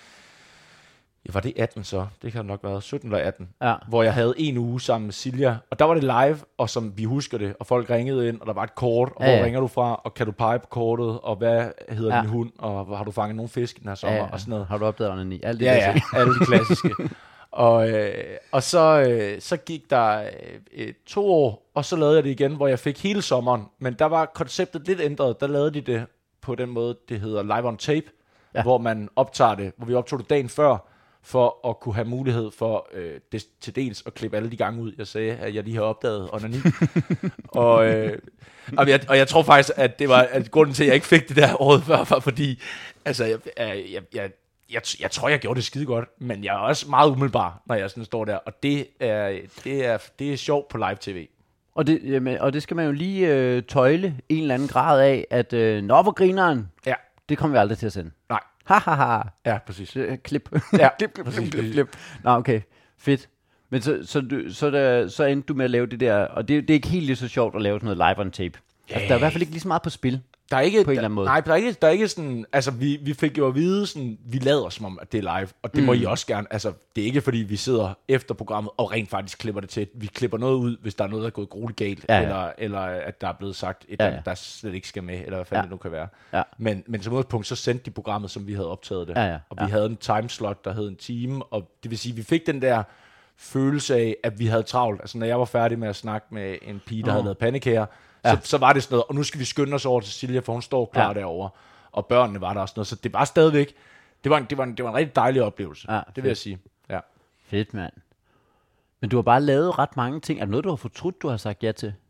[SPEAKER 1] ja, var det atten så? Det kan det nok være sytten eller atten.
[SPEAKER 2] Ja.
[SPEAKER 1] Hvor jeg havde en uge sammen med Silja. Og der var det live, og som vi husker det, og folk ringede ind, og der var et kort, og ja, hvor ja. ringer du fra, og kan du pege på kortet, og hvad hedder ja. din hund, og har du fanget nogle fisk den her sommer, ja, ja. og sådan noget.
[SPEAKER 2] Har du opdaget onani? Alt det
[SPEAKER 1] ja, ja, alle de klassiske. og øh, og så, øh, så gik der øh, to år, og så lavede jeg det igen, hvor jeg fik hele sommeren. Men der var konceptet lidt ændret. Der lavede de det på den måde, det hedder live on tape, ja. hvor man optager det, hvor vi optog det dagen før, for at kunne have mulighed for øh, det, til dels at klippe alle de gange ud, jeg sagde, at jeg lige har opdaget onani. og, øh, og, jeg, og jeg tror faktisk, at det var at grunden til, at jeg ikke fik det der året før, var fordi, altså, jeg, jeg, jeg, jeg, jeg, jeg tror, jeg gjorde det skide godt, men jeg er også meget umiddelbar, når jeg sådan står der, og det er, det er, det er sjovt på live tv.
[SPEAKER 2] Og det, jamen, og det skal man jo lige øh, tøjle en eller anden grad af, at øh, nå, hvor grineren,
[SPEAKER 1] ja.
[SPEAKER 2] det kommer vi aldrig til at sende.
[SPEAKER 1] Nej.
[SPEAKER 2] Ha, ha, ha.
[SPEAKER 1] Ja, præcis.
[SPEAKER 2] Klip.
[SPEAKER 1] Ja,
[SPEAKER 2] klip, klip, klip, klip, klip. Nå, okay. Fedt. Men så, så, du, så, der, så endte du med at lave det der, og det, det er ikke helt lige så sjovt at lave sådan noget live on tape. Yeah. Altså, der er i hvert fald ikke lige så meget på spil.
[SPEAKER 1] Der er ikke,
[SPEAKER 2] på en eller anden måde.
[SPEAKER 1] Nej, der er ikke, der er ikke sådan, altså vi, vi fik jo at vide sådan, vi lader som om, at det er live, og det mm. må I også gerne, altså det er ikke fordi, vi sidder efter programmet og rent faktisk klipper det til. Vi klipper noget ud, hvis der er noget, der er gået grueligt galt, ja, ja. Eller, eller at der er blevet sagt et ja, ja. der slet ikke skal med, eller hvad fanden ja. det nu kan være. Ja. Men, men som udgangspunkt, så sendte de programmet, som vi havde optaget det,
[SPEAKER 2] ja, ja.
[SPEAKER 1] og vi
[SPEAKER 2] ja.
[SPEAKER 1] havde en timeslot, der hed en time, og det vil sige, vi fik den der følelse af, at vi havde travlt. Altså når jeg var færdig med at snakke med en pige, der oh. havde lavet pandekager, Ja. Så, så var det sådan noget, og nu skal vi skynde os over til Silja, for hun står klar ja. derovre, og børnene var der og sådan noget, så det var stadigvæk, det var en, det var en, det var en rigtig dejlig oplevelse, ja, det vil fedt. jeg sige. Ja.
[SPEAKER 2] Fedt, mand. Men du har bare lavet ret mange ting. Er det noget, du har fortrudt, du har sagt ja til?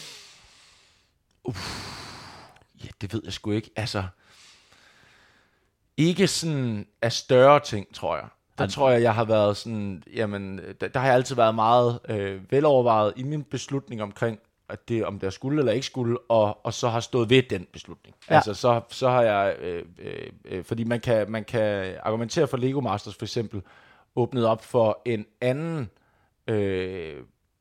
[SPEAKER 1] Uff. Ja, det ved jeg sgu ikke. Altså, ikke sådan af større ting, tror jeg. Der tror jeg, jeg har været sådan, jamen, der, der har jeg altid været meget øh, velovervejet i min beslutning omkring, at det, om der skulle eller ikke skulle, og, og så har stået ved den beslutning. Ja. Altså, så, så har jeg, øh, øh, fordi man kan, man kan argumentere for Lego Masters for eksempel, åbnet op for en anden, øh,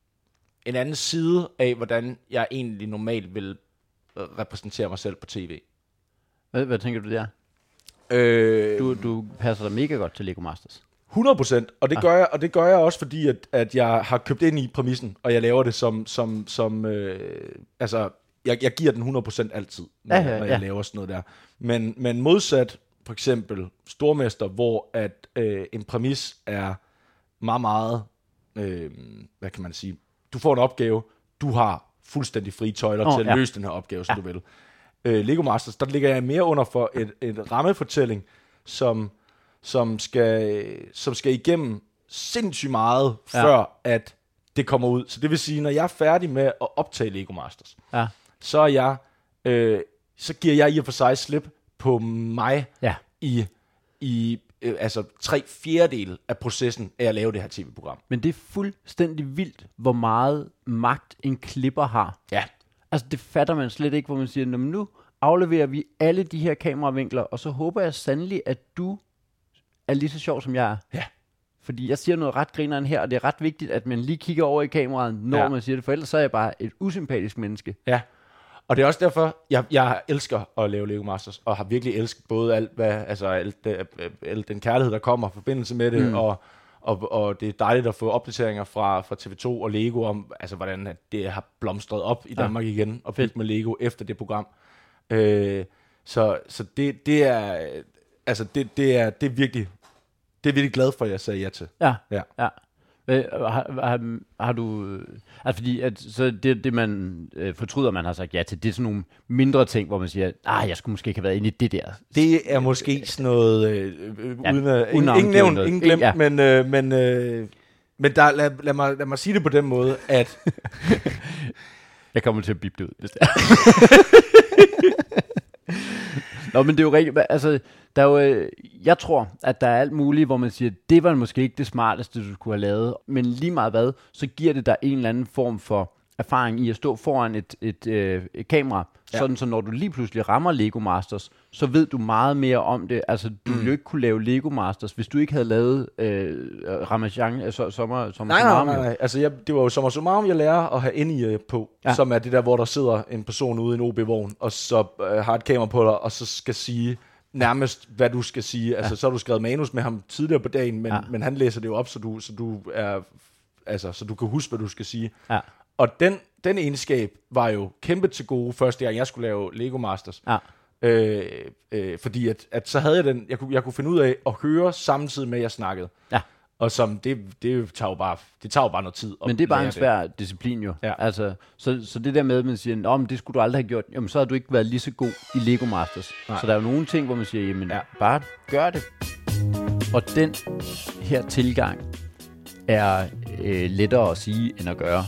[SPEAKER 1] en anden side af, hvordan jeg egentlig normalt vil repræsentere mig selv på tv.
[SPEAKER 2] Hvad, hvad tænker du der?
[SPEAKER 1] Øh,
[SPEAKER 2] du, du passer dig mega godt til Lego Masters.
[SPEAKER 1] hundrede procent, og det gør jeg, og det gør jeg også, fordi at, at jeg har købt ind i præmissen, og jeg laver det som, som, som øh, altså, jeg, jeg giver den hundrede procent altid, når, ja, ja, når jeg ja. laver sådan noget der. Men, men modsat, for eksempel, Stormester, hvor at øh, en præmis er meget, meget, øh, hvad kan man sige, du får en opgave, du har fuldstændig frie tøjler oh, til at ja. løse den her opgave, som ja. du vil. Øh, Lego Masters, der ligger jeg mere under for et, et rammefortælling, som som skal, som skal igennem sindssygt meget, ja. før at det kommer ud. Så det vil sige, når jeg er færdig med at optage Lego Masters, ja. så er jeg, øh, så giver jeg i og for sig slip på mig ja. i, i øh, altså tre fjerdedel af processen af at lave det her tv-program.
[SPEAKER 2] Men det er fuldstændig vildt, hvor meget magt en klipper har.
[SPEAKER 1] Ja.
[SPEAKER 2] Altså det fatter man slet ikke, hvor man siger, nu afleverer vi alle de her kameravinkler, og så håber jeg sandelig, at du er lige så sjov, som jeg er.
[SPEAKER 1] Ja.
[SPEAKER 2] Fordi jeg siger noget ret grineren her, og det er ret vigtigt, at man lige kigger over i kameraet, når ja. man siger det, for ellers så er jeg bare et usympatisk menneske.
[SPEAKER 1] Ja, og det er også derfor, jeg, jeg elsker at lave Lego Masters, og har virkelig elsket både alt, hvad, altså alt, det, alt den kærlighed, der kommer i forbindelse med det, mm. og, og, og det er dejligt at få opdateringer fra, fra T V to og Lego om, altså hvordan det har blomstret op i Danmark ja. igen, og fedt med Lego efter det program. Øh, så så det, det er... Altså, det, det, er, det er virkelig, det er virkelig glad for, at jeg sagde ja til.
[SPEAKER 2] Ja, ja. ja. Har, har, har du, altså fordi, at, så det, det man øh, fortryder, man har sagt ja til, det er sådan nogle mindre ting, hvor man siger, ah, jeg skulle måske ikke have været inde i det der.
[SPEAKER 1] Det er måske sådan noget, øh, øh, ja, uden at, ingen, ingen nævnt, ingen glemt, ja. men, øh, men, øh, men der, lad, lad, mig, lad mig sige det på den måde, at...
[SPEAKER 2] jeg kommer til at bippe det ud, hvis det er. Nå, men det er jo rigtigt, altså, der er jo, jeg tror, at der er alt muligt, hvor man siger, det var måske ikke det smarteste, du skulle have lavet, men lige meget hvad, så giver det dig en eller anden form for erfaring i at stå foran et, et, øh, et kamera, ja. Sådan så når du lige pludselig rammer Lego Masters, så ved du meget mere om det. Altså, du mm. ville jo ikke kunne lave Lego Masters, hvis du ikke havde lavet øh, Ramachan, øh, sommer, sommer
[SPEAKER 1] nej, nej, nej, nej. Altså, jeg, det var jo Sommer Summarum, jeg lærer at have ind i på, ja. Som er det der, hvor der sidder en person ude i en O B-vogn, og så øh, har et kamera på dig, og så skal sige nærmest, hvad du skal sige. Altså, ja. Så har du skrevet manus med ham tidligere på dagen, men, ja. men han læser det jo op, så du, så du er, altså, så du kan huske, hvad du skal sige. Ja. Og den, den egenskab var jo kæmpe til gode første gang, jeg skulle lave Lego Masters. Ja. Øh, øh, fordi at, at så havde jeg den, jeg kunne, jeg kunne finde ud af at høre samtidig med, at jeg snakkede. Ja. Og som det, det tager jo bare, det tager jo bare noget tid.
[SPEAKER 2] Men det er bare en svær det. disciplin jo. Ja. Altså, så, så det der med, at man siger, Nå, men det skulle du aldrig have gjort, jamen så har du ikke været lige så god i Lego Masters. Nej. Så der er jo nogle ting, hvor man siger, jamen ja. bare gør det. Og den her tilgang er øh, lettere at sige, end at gøre.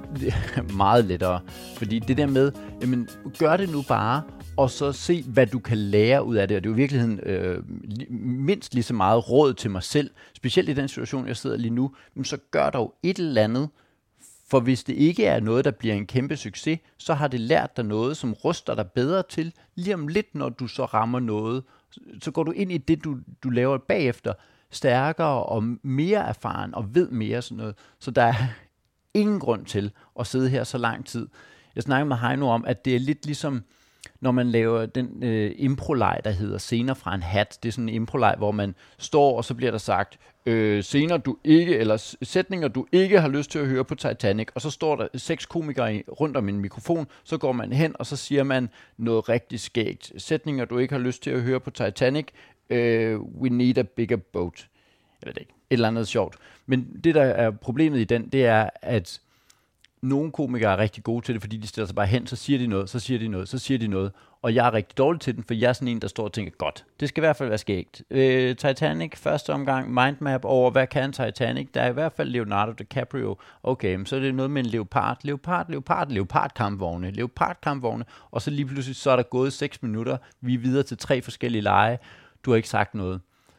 [SPEAKER 2] Meget lettere. Fordi det der med, jamen gør det nu bare, og så se, hvad du kan lære ud af det. Og det er jo i virkeligheden øh, mindst lige så meget råd til mig selv, specielt i den situation, jeg sidder lige nu, men så gør dog et eller andet, for hvis det ikke er noget, der bliver en kæmpe succes, så har det lært dig noget, som ruster dig bedre til, lige om lidt, når du så rammer noget, så går du ind i det, du, du laver bagefter, stærkere og mere erfaren, og ved mere sådan noget. Så der er ingen grund til at sidde her så lang tid. Jeg snakker med Heino om, at det er lidt ligesom, når man laver den øh, impro-leg, der hedder Scener fra en hat. Det er sådan en impro-leg, hvor man står, og så bliver der sagt, øh, scener du ikke, eller sætninger du ikke har lyst til at høre på Titanic, og så står der seks komikere i, rundt om en mikrofon, så går man hen, og så siger man noget rigtig skægt. Sætninger du ikke har lyst til at høre på Titanic, øh, we need a bigger boat. Jeg ved det ikke. Et eller andet sjovt. Men det, der er problemet i den, det er, at nogle komikere er rigtig gode til det, fordi de stiller sig bare hen, så siger de noget, så siger de noget, så siger de noget. Og jeg er rigtig dårlig til den, for jeg er sådan en, der står og tænker, godt, det skal i hvert fald være skægt. Øh, Titanic, første omgang, mindmap over, hvad kan Titanic? Der er i hvert fald Leonardo DiCaprio. Okay, så er det noget med en leopard, leopard, leopard, leopardkampvogne, leopardkampvogne, og så lige pludselig, så er der gået seks minutter, vi er videre til tre forskellige lege, du har ikke sagt noget.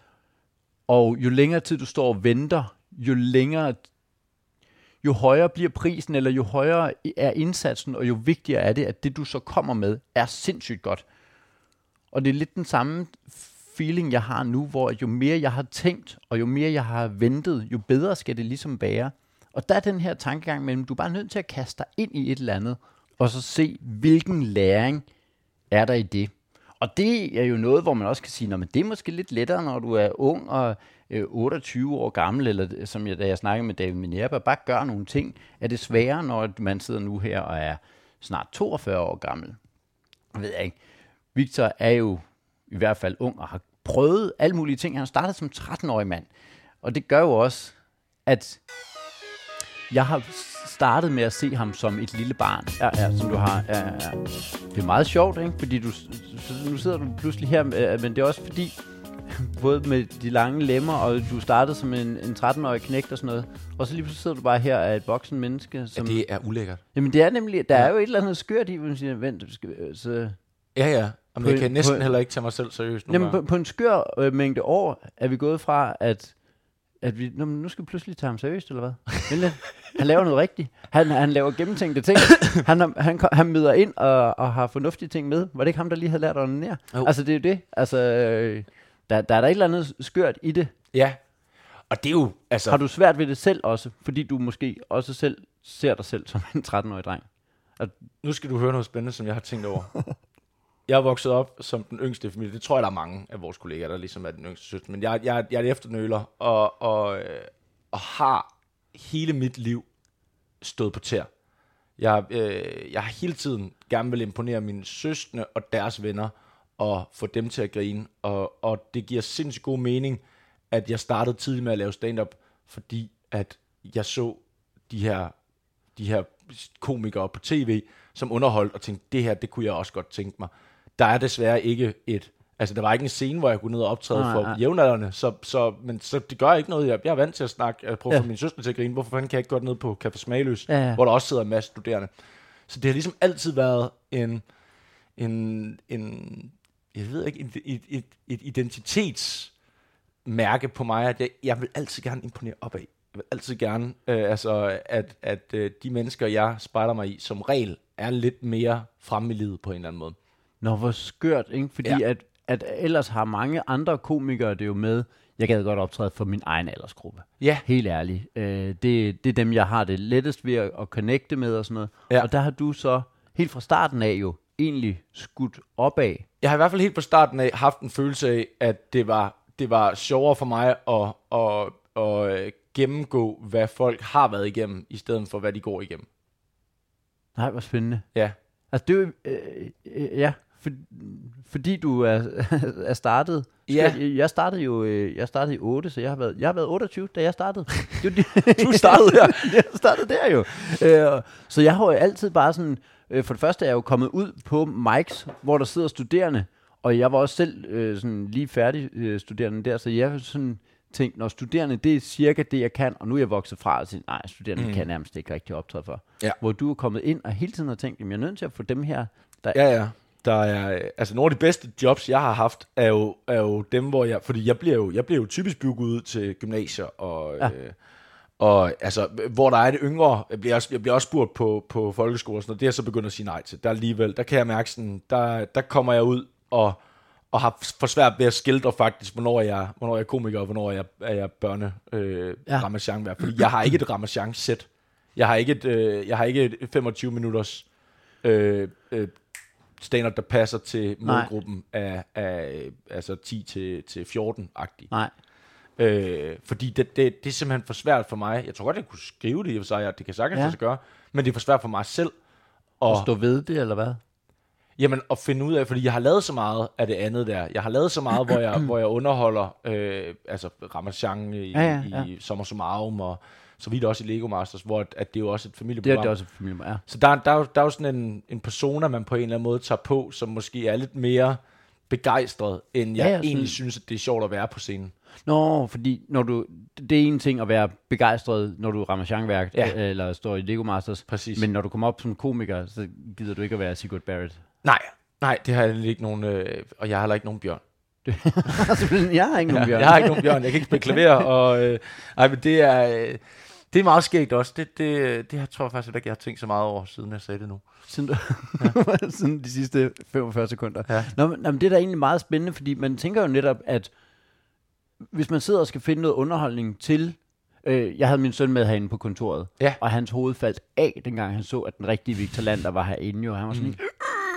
[SPEAKER 2] Og jo længere tid du står og venter, jo længere jo højere bliver prisen, eller jo højere er indsatsen, og jo vigtigere er det, at det, du så kommer med, er sindssygt godt. Og det er lidt den samme feeling, jeg har nu, hvor jo mere jeg har tænkt, og jo mere jeg har ventet, jo bedre skal det ligesom være. Og der er den her tankegang mellem, du er bare nødt til at kaste dig ind i et eller andet, og så se, hvilken læring er der i det. Og det er jo noget, hvor man også kan sige, men det er måske lidt lettere, når du er ung og øh, otteogtyve år gammel, eller som jeg, da jeg snakkede med David Minerva, bare gør nogle ting. Er det sværere, når man sidder nu her og er snart toogfyrre år gammel? Jeg ved ikke. Victor er jo i hvert fald ung og har prøvet alle mulige ting. Han startede som tretten-årig mand. Og det gør jo også, at jeg har startet med at se ham som et lille barn, ja, ja, som du har. Ja, ja. Det er meget sjovt, ikke? Fordi du, nu sidder du pludselig her, men det er også fordi, både med de lange lemmer, og du startede som en, en tretten-årig knægt og sådan noget, og så lige pludselig sidder du bare her af et voksen menneske. Som,
[SPEAKER 1] ja, det er ulækkert.
[SPEAKER 2] Jamen det er nemlig, der ja. er jo et eller andet skørt i, hvor man siger, vent, du skal, så...
[SPEAKER 1] Ja, ja. Men jeg kan en, næsten på, heller ikke tage mig selv seriøst.
[SPEAKER 2] Jamen på, på en skør øh, mængde år er vi gået fra, at at vi, nu, nu skal vi pludselig tage ham seriøst, eller hvad? Han laver noget rigtigt. Han, han laver gennemtænkte ting. Han, han, han møder ind og, og har fornuftige ting med. Var det ikke ham, der lige havde lært at onanere? Oh. Altså, det er jo det. Altså, der, der er der et eller andet skørt i det.
[SPEAKER 1] Ja. Og det er jo, altså...
[SPEAKER 2] Har du svært ved det selv også? Fordi du måske også selv ser dig selv som en tretten-årig dreng.
[SPEAKER 1] At, nu skal du høre noget spændende, som jeg har tænkt over. Jeg er vokset op som den yngste familie. Det tror jeg, der er mange af vores kolleger, der ligesom er den yngste søster. Men jeg, jeg, jeg er efternøler, og, og, og har hele mit liv stået på tæer. Jeg, øh, jeg har hele tiden gerne vil imponere mine søstre og deres venner, og få dem til at grine. Og, og det giver sindssygt god mening, at jeg startede tidligt med at lave stand-up, fordi at jeg så de her, de her komikere på tv, som underholdt, og tænkte, det her, det kunne jeg også godt tænke mig. Der er desværre ikke et, altså der var ikke en scene, hvor jeg kunne ned og optræde nej, for nej. jævnaldrende, så, så, men så det gør ikke noget. Jeg, jeg er vant til at snakke, jeg prøver ja. for min søster til at grine, hvorfor fanden kan jeg ikke gå ned på Café Smagløs, ja, ja. hvor der også sidder en masse studerende. Så det har ligesom altid været en, en, en jeg ved ikke, et, et, et, et identitetsmærke på mig, at jeg, jeg vil altid gerne imponere opad. Jeg vil altid gerne, øh, altså, at, at øh, de mennesker, jeg spejder mig i, som regel er lidt mere fremme i livet på en eller anden måde.
[SPEAKER 2] Nå, hvor skørt, ikke? Fordi
[SPEAKER 1] Ja.
[SPEAKER 2] at, at ellers har mange andre komikere det jo med, jeg gad godt optræde for min egen aldersgruppe.
[SPEAKER 1] Ja.
[SPEAKER 2] Helt ærligt. Øh, det, det er dem, jeg har det lettest ved at, at connecte med og sådan noget.
[SPEAKER 1] Ja.
[SPEAKER 2] Og der har du så helt fra starten af jo egentlig skudt opad.
[SPEAKER 1] Jeg har i hvert fald helt på starten af haft en følelse af, at det var, det var sjovere for mig at, at, at, at gennemgå, hvad folk har været igennem, i stedet for, hvad de går igennem.
[SPEAKER 2] Nej, hvor spændende.
[SPEAKER 1] Ja.
[SPEAKER 2] Altså, det er jo, øh, øh, ja, for, fordi du er, er startet.
[SPEAKER 1] Ja.
[SPEAKER 2] Jeg, jeg startede jo, øh, jeg startede i otte, så jeg har været, jeg har været otteogtyve, da jeg startede. Det, det,
[SPEAKER 1] Du startede her.
[SPEAKER 2] jeg startede der jo. Øh, så jeg har jo altid bare sådan, øh, for det første er jeg jo kommet ud på mics, hvor der sidder studerende, og jeg var også selv øh, sådan lige færdig øh, studerende der, så jeg har sådan tænkt, når studerende, det er cirka det, jeg kan, og nu er jeg vokset fra og sige, nej, studerende mm. kan jeg nærmest ikke rigtig optræde for.
[SPEAKER 1] Ja. Hvor
[SPEAKER 2] du er kommet ind og hele tiden har tænkt, jamen jeg er nødt til at få dem her, der
[SPEAKER 1] Ja, ja. Der er, altså nogle af de bedste jobs, jeg har haft, er jo, er jo dem, hvor jeg, fordi jeg bliver jo, jeg bliver jo typisk bygget ud til gymnasier, og, ja. øh, og altså, hvor der er det yngre, jeg bliver også, jeg bliver også spurgt på, på folkeskoler, og sådan noget, det er jeg så begyndt at sige nej til. Der alligevel, der kan jeg mærke sådan, der, der kommer jeg ud og, og har for svært ved at skildre faktisk, hvornår jeg, hvornår jeg er komiker, og hvornår jeg er jeg børne øh, ja. Ramachan-vært, fordi jeg har ikke et Ramachan-sæt. Jeg har ikke et, øh, jeg har ikke et femogtyve minutters øh, øh, stand-up, der passer til målgruppen af, af altså ti til fjorten-agtig.
[SPEAKER 2] Nej.
[SPEAKER 1] Øh, fordi det, det, det er simpelthen for svært for mig. Jeg tror godt, jeg kunne skrive det i og for sig, det kan sagtens ja. lade sig gøre, men det er for svært for mig selv.
[SPEAKER 2] At, at stå ved det, eller hvad?
[SPEAKER 1] Jamen, at finde ud af, fordi jeg har lavet så meget af det andet der. Jeg har lavet så meget, hvor jeg, hvor jeg underholder, øh, altså Ramachan i, ja, ja, ja. i Sommer Summarum, og så vidt også i Lego Masters, hvor at, at det er jo også et familieprogram.
[SPEAKER 2] Det er, det er også et familieprogram, ja.
[SPEAKER 1] Så der, der, der er jo sådan en, en persona, man på en eller anden måde tager på, som måske er lidt mere begejstret, end jeg ja, ja, egentlig synes, at det er sjovt at være på scenen.
[SPEAKER 2] Nå, fordi når du, det er en ting at være begejstret, når du er Ramachan-værk, ja. eller står i Lego Masters.
[SPEAKER 1] Præcis.
[SPEAKER 2] Men når du kommer op som komiker, så gider du ikke at være Sigurd Barrett.
[SPEAKER 1] Nej, nej, det har jeg ikke nogen, øh, og jeg har heller ikke nogen bjørn.
[SPEAKER 2] jeg har ikke nogen bjørn.
[SPEAKER 1] Ja, jeg har ikke nogen bjørn, jeg kan ikke spille klaver, og øh, ej, men det er, øh, det er meget skægt også. Det, det, det tror jeg faktisk ikke, jeg har tænkt så meget over, siden jeg sagde det nu.
[SPEAKER 2] Siden, du, ja. siden de sidste femogfyrre sekunder. Ja. Nå, men, nå, men det er da egentlig meget spændende, fordi man tænker jo netop, at hvis man sidder og skal finde noget underholdning til, øh, jeg havde min søn med herinde på kontoret, ja. og hans hoved faldt af, dengang han så, at den rigtige Victor Lander var herinde, og han var sådan mm.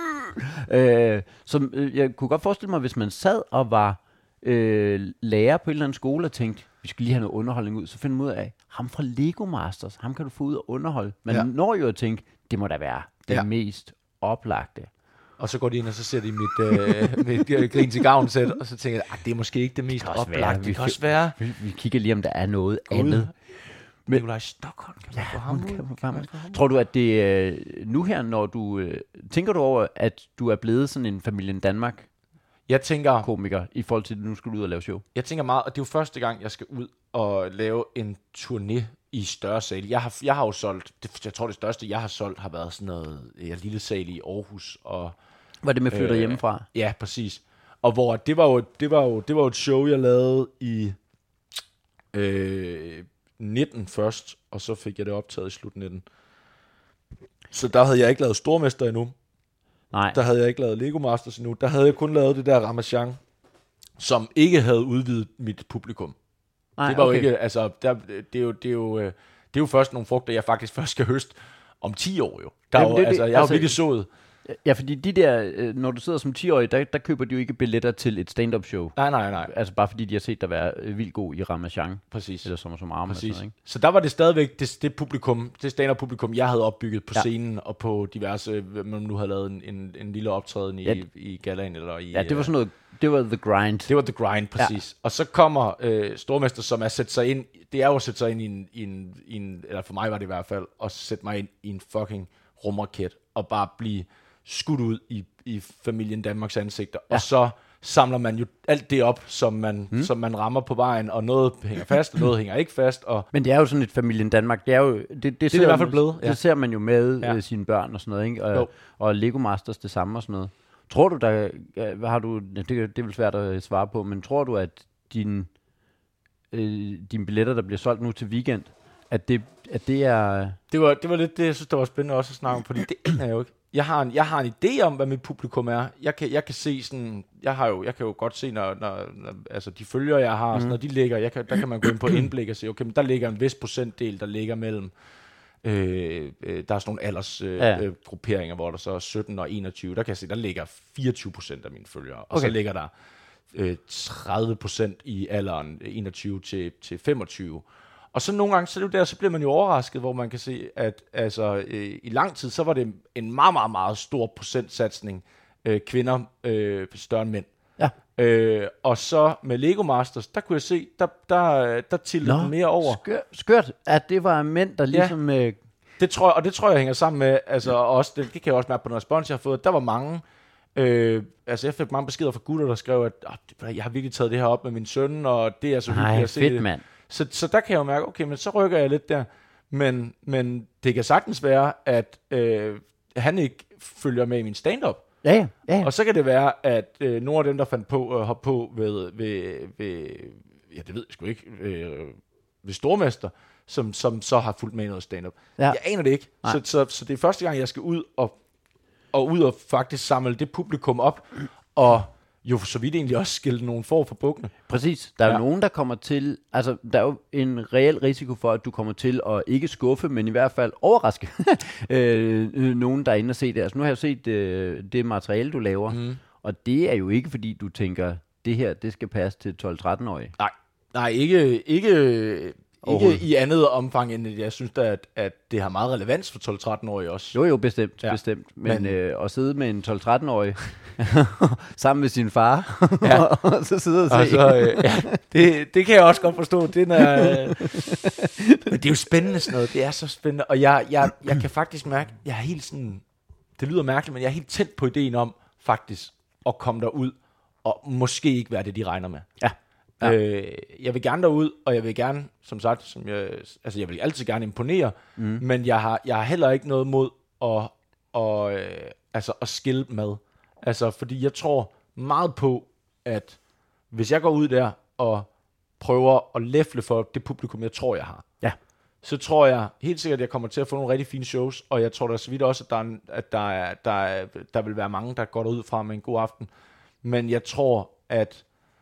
[SPEAKER 2] Øh, så øh, jeg kunne godt forestille mig, hvis man sad og var øh, lærer på en eller anden skole og tænkte, vi skal lige have noget underholdning ud, så finder man ud af, ham fra Lego Masters, ham kan du få ud og underholde. Man ja. når jo at tænke, det må da være det ja. mest oplagte.
[SPEAKER 1] Og så går de ind, og så ser de mit, øh, mit øh, grin til gavn-sæt, og så tænker jeg, det er måske ikke det mest det oplagte. Det kan også være.
[SPEAKER 2] Vi, vi kigger lige, om der er noget God. andet.
[SPEAKER 1] Men Nikolaj Stockholm, kan man
[SPEAKER 2] ja,
[SPEAKER 1] få ham
[SPEAKER 2] kan
[SPEAKER 1] ud?
[SPEAKER 2] Kan man få ham Tror du, at det øh, nu her, når du... Øh, tænker du over, at du er blevet sådan en Familien Danmark
[SPEAKER 1] jeg tænker,
[SPEAKER 2] komiker, i forhold til, at du nu skal ud og lave show?
[SPEAKER 1] Jeg tænker meget, og det er jo første gang, jeg skal ud og lave en turné i større sal. Jeg har, jeg har jo solgt... Det, jeg tror, det største, jeg har solgt, har været sådan noget... Ja, lille sal i Aarhus. Og,
[SPEAKER 2] var det med flytter øh, hjemmefra?
[SPEAKER 1] Ja, præcis. Og hvor det var jo, det var jo, det var jo et show, jeg lavede i... Øh, nitten først, og så fik jeg det optaget i slut nitten. Så der havde jeg ikke lavet Stormester endnu.
[SPEAKER 2] Nej.
[SPEAKER 1] Der havde jeg ikke lavet Lego Masters endnu. Der havde jeg kun lavet det der Ramachan, som ikke havde udvidet mit publikum.
[SPEAKER 2] Nej,
[SPEAKER 1] det var
[SPEAKER 2] okay.
[SPEAKER 1] jo ikke, altså, der, det, er jo, det, er jo, det er jo først nogle frugter, jeg faktisk først skal høste om ti år jo. Der
[SPEAKER 2] Jamen,
[SPEAKER 1] jo
[SPEAKER 2] det,
[SPEAKER 1] altså, jeg har altså, jo virkelig sået.
[SPEAKER 2] Ja, fordi de der, når du sidder som ti-årig, der, der køber de jo ikke billetter til et stand-up show.
[SPEAKER 1] Nej, nej, nej.
[SPEAKER 2] Altså bare fordi de har set dig være vildt god i Ramachan.
[SPEAKER 1] Præcis.
[SPEAKER 2] Eller Sommer Summarum.
[SPEAKER 1] Præcis.
[SPEAKER 2] Sådan, ikke?
[SPEAKER 1] Så der var det stadigvæk det, det publikum, det stand-up publikum, jeg havde opbygget på ja. scenen og på diverse, man nu havde lavet en, en, en lille optræden i,
[SPEAKER 2] ja.
[SPEAKER 1] i Galaen eller i...
[SPEAKER 2] Ja, det var sådan noget, det var the grind.
[SPEAKER 1] Det var the grind, præcis. Ja. Og så kommer øh, Stormester, som er at sætte sig ind, det er jo at sætte sig ind i en, i en, i en, eller for mig var det i hvert fald, at sætte mig ind i en fucking rumraket og bare blive skudt ud i, i Familien Danmarks ansigter. Ja. Og så samler man jo alt det op, som man, hmm. som man rammer på vejen, og noget hænger fast, og noget hænger ikke fast. Og
[SPEAKER 2] men det er jo sådan et Familien Danmark, det er jo... Det, det, det
[SPEAKER 1] er i hvert fald blevet.
[SPEAKER 2] Det ja. ser man jo med ja. sine børn og sådan noget, ikke? Og, og Lego Masters det samme og sådan noget. Tror du, der... Hvad har du... Det, det er vel svært at svare på, men tror du, at din... øh, dine billetter, der bliver solgt nu til weekend, at det, at det er...
[SPEAKER 1] Det var, det var lidt det, jeg synes, der var spændende også at snakke om, fordi det aner jeg jo ikke. Jeg har, en, jeg har en idé om, hvad mit publikum er. Jeg kan, jeg kan se sådan, jeg har jo, jeg kan jo godt se, når, når, når altså de følgere, jeg har, mm. sådan, når de ligger, jeg kan, der kan man gå ind på indblik og se, okay, men der ligger en vis procentdel, der ligger mellem, øh, øh, der er sådan nogle aldersgrupperinger, øh, ja. grupperinger, hvor der så er sytten og enogtyve, der kan jeg se, der ligger fireogtyve procent af mine følgere, og okay. så ligger der øh, tredive procent i alderen enogtyve til, til femogtyve. Og så nogle gange, så, det der, så bliver man jo overrasket, hvor man kan se, at altså, øh, i lang tid, så var det en meget, meget, meget stor procentsatsning øh, kvinder øh, større end mænd.
[SPEAKER 2] Ja.
[SPEAKER 1] Øh, og så med Lego Masters, der kunne jeg se, der, der, der tiltede den mere over.
[SPEAKER 2] Skør, skørt, at det var mænd, der ligesom...
[SPEAKER 1] Ja.
[SPEAKER 2] Øh...
[SPEAKER 1] Det tror jeg, og det tror jeg hænger sammen med, altså også, det, det kan jeg også mærke på den respons, jeg har fået, der var mange, øh, altså jeg fik mange beskeder fra gutter, der skrev, at oh, jeg har virkelig taget det her op med min søn, og det er så hyggeligt at se
[SPEAKER 2] fedt,
[SPEAKER 1] det.
[SPEAKER 2] Mand.
[SPEAKER 1] Så, så der kan jeg jo mærke, okay, men så rykker jeg lidt der. Men, men det kan sagtens være, at øh, han ikke følger med i min stand-up.
[SPEAKER 2] Ja, ja, ja.
[SPEAKER 1] Og så kan det være, at øh, nogle af dem, der fandt på at hoppe på ved, ved, ved ja, det ved jeg sgu ikke, øh, ved Stormester, som, som så har fulgt med i noget stand-up. Ja. Jeg aner det ikke. Så, så, så det er første gang, jeg skal ud og, og ud og faktisk samle det publikum op, og jo så vidt egentlig også skille nogle for for bukkene.
[SPEAKER 2] Præcis. Der er
[SPEAKER 1] ja.
[SPEAKER 2] jo nogen, der kommer til... Altså, der er jo en reel risiko for, at du kommer til at ikke skuffe, men i hvert fald overraske øh, nogen, der er inde og se det. Altså, nu har jeg set øh, det materiale, du laver, mm. og det er jo ikke, fordi du tænker, det her, det skal passe til tolv-tretten-årige.
[SPEAKER 1] Nej, nej ikke, ikke, ikke i andet omfang, end jeg synes, da, at, at det har meget relevans for tolv-tretten-årige også.
[SPEAKER 2] Jo, jo, bestemt, ja. bestemt. Men, men øh, at sidde med en tolv-tretten-årig sammen med sin far, ja. og så sidde og se. Og så, øh, ja,
[SPEAKER 1] det, det kan jeg også godt forstå. Det er, øh, men det er jo spændende sådan noget. Det er så spændende. Og jeg, jeg, jeg kan faktisk mærke, jeg er helt sådan, det lyder mærkeligt, men jeg er helt tæt på ideen om faktisk at komme derud og måske ikke være det, de regner med.
[SPEAKER 2] Ja. Ja.
[SPEAKER 1] Øh, jeg vil gerne derud, og jeg vil gerne, som sagt, som jeg, altså jeg vil altid gerne imponere, mm. men jeg har, jeg har heller ikke noget mod at, og, øh, altså at skille med. Altså, fordi jeg tror meget på, at hvis jeg går ud der og prøver at læfle for det publikum, jeg tror, jeg har,
[SPEAKER 2] ja.
[SPEAKER 1] så tror jeg helt sikkert, at jeg kommer til at få nogle rigtig fine shows, og jeg tror da så vidt også, at der, er, at der, er, der, er, der vil være mange, der går derud fra med en god aften. Men jeg tror, at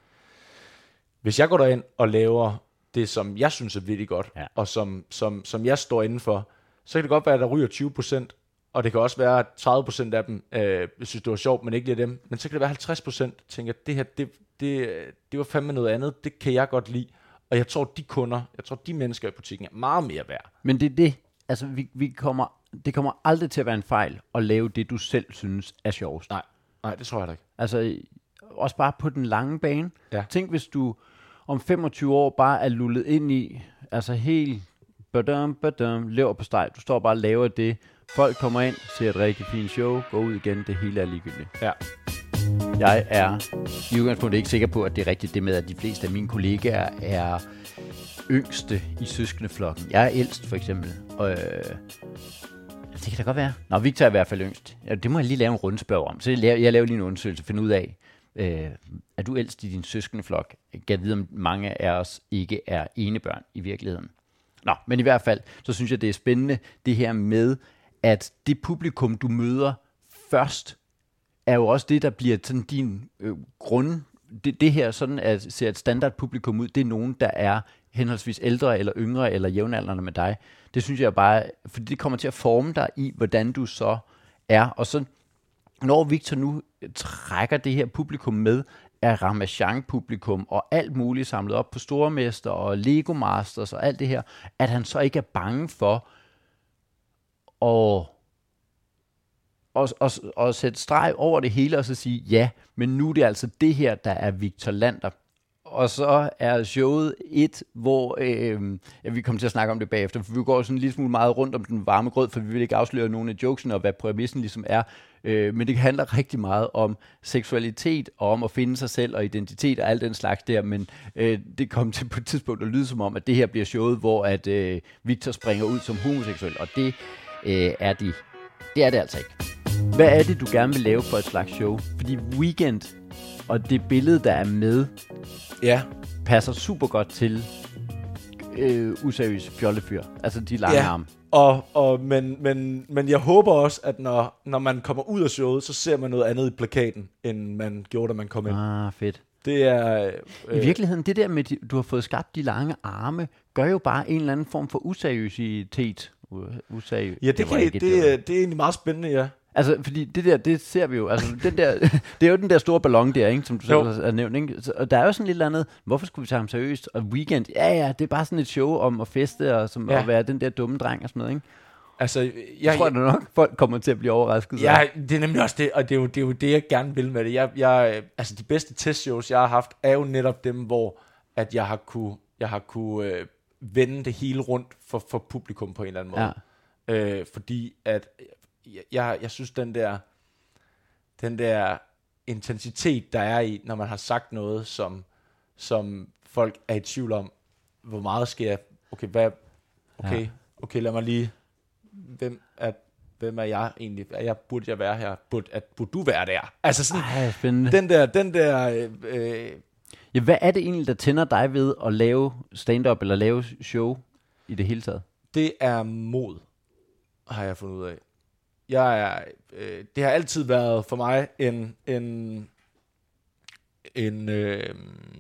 [SPEAKER 1] hvis jeg går derind og laver det, som jeg synes er virkelig godt, ja. og som, som, som jeg står inden for, så kan det godt være, at der ryger tyve procent, og det kan også være, at tredive procent af dem øh, synes, det var sjovt, men ikke lige dem. Men så kan det være halvtreds procent, tænker, at det her, det, det, det var fandme noget andet, det kan jeg godt lide. Og jeg tror, de kunder, jeg tror, de mennesker i butikken er meget mere værd.
[SPEAKER 2] Men det er det, altså vi, vi kommer, det kommer aldrig til at være en fejl at lave det, du selv synes er sjovest.
[SPEAKER 1] Nej, nej, det tror jeg da ikke.
[SPEAKER 2] Altså, også bare på den lange bane.
[SPEAKER 1] Ja.
[SPEAKER 2] Tænk, hvis du om femogtyve år bare er lullet ind i, altså helt badum, badum, lever på steg. Du står bare og laver det. Folk kommer ind, ser et rigtig fint show, går ud igen, det hele er ligegyldigt.
[SPEAKER 1] Ja.
[SPEAKER 2] Jeg er i udgangspunktet ikke sikker på, at det er rigtigt det med, at de fleste af mine kollegaer er yngste i søskendeflokken. Jeg er ældst, for eksempel. Og, øh, det kan da godt være. Nå, Victor er i hvert fald yngst. Ja, det må jeg lige lave en rundspørg om. Så jeg laver, jeg laver lige en undersøgelse og finder ud af, øh, er du ældst i din søskendeflok? Jeg kan vide, om mange af os ikke er enebørn i virkeligheden. Nå, men i hvert fald, så synes jeg, det er spændende, det her med, at det publikum, du møder først, er jo også det, der bliver sådan din øh, grund. Det, det her sådan, at ser et standardpublikum ud, det er nogen, der er henholdsvis ældre eller yngre eller jævnaldrende med dig. Det synes jeg bare, fordi det kommer til at forme dig i, hvordan du så er. Og så når Victor nu trækker det her publikum med, er Ramachan-publikum og alt muligt samlet op på Stormester og Lego Masters og alt det her, at han så ikke er bange for at og, og, og sætte streg over det hele og så sige, ja, men nu er det altså det her, der er Victor Lander. Og så er showet et, hvor øh, ja, vi kommer til at snakke om det bagefter, for vi går sådan en lille smule meget rundt om den varme grød, for vi vil ikke afsløre nogle af jokesene og hvad præmissen ligesom er. Øh, men det handler rigtig meget om seksualitet og om at finde sig selv og identitet og alt den slags der, men øh, det kom til på et tidspunkt at lyde som om, at det her bliver showet, hvor at øh, Victor springer ud som homoseksuel, og det øh, er de. Det er det altså ikke. Hvad er det, du gerne vil lave for et slags show? Fordi Weekend og det billede, der er med,
[SPEAKER 1] ja.
[SPEAKER 2] passer super godt til øh, useriøs fjollefyr. Altså de lange
[SPEAKER 1] Ja.
[SPEAKER 2] arme.
[SPEAKER 1] Og, og, men, men, men jeg håber også, at når, når man kommer ud af showet, så ser man noget andet i plakaten, end man gjorde, da man kom ind.
[SPEAKER 2] Ah, fedt.
[SPEAKER 1] Det er... Øh,
[SPEAKER 2] I virkeligheden, det der med, at du har fået skabt de lange arme, gør jo bare en eller anden form for useriøsitet. U- useriøs.
[SPEAKER 1] Ja, det, det,
[SPEAKER 2] var
[SPEAKER 1] kan,
[SPEAKER 2] ikke
[SPEAKER 1] det,
[SPEAKER 2] et
[SPEAKER 1] det,
[SPEAKER 2] ord.
[SPEAKER 1] det er egentlig meget spændende, ja.
[SPEAKER 2] Altså, fordi det der, det ser vi jo. Altså, den der, det er jo den der store ballon der, ikke, som du
[SPEAKER 1] Jo.
[SPEAKER 2] selv har nævnt. Ikke? Så, og der er jo sådan lidt eller andet, hvorfor skulle vi tage ham seriøst? Og Weekend, ja ja, det er bare sådan et show om at feste og som,
[SPEAKER 1] Ja.
[SPEAKER 2] at være den der dumme dreng og sådan noget, ikke?
[SPEAKER 1] Altså, jeg,
[SPEAKER 2] Jeg tror da nok, folk kommer til at blive overrasket. så.
[SPEAKER 1] Ja, det er nemlig også det, og det er jo det, er jo det jeg gerne vil med det. Jeg, jeg, altså, de bedste testshows, jeg har haft, er jo netop dem, hvor at jeg har kunne, jeg har kunne øh, vende det hele rundt for, for publikum på en eller anden måde.
[SPEAKER 2] Ja.
[SPEAKER 1] Øh, fordi at jeg, jeg, jeg synes, den der, den der intensitet, der er i, når man har sagt noget, som, som folk er i tvivl om, hvor meget skal jeg, okay, hvad, okay,
[SPEAKER 2] Ja.
[SPEAKER 1] okay, lad mig lige, hvem er, hvem er jeg egentlig, er jeg, burde jeg være her, burde, at, burde du være der? Altså sådan,
[SPEAKER 2] Ej, spændende.
[SPEAKER 1] den der, den der, øh, øh,
[SPEAKER 2] Ja, hvad er det egentlig, der tænder dig ved at lave stand-up eller lave show i det hele taget?
[SPEAKER 1] det er mod, har jeg fundet ud af. Jeg er, øh, det har altid været for mig en, en, en, øh,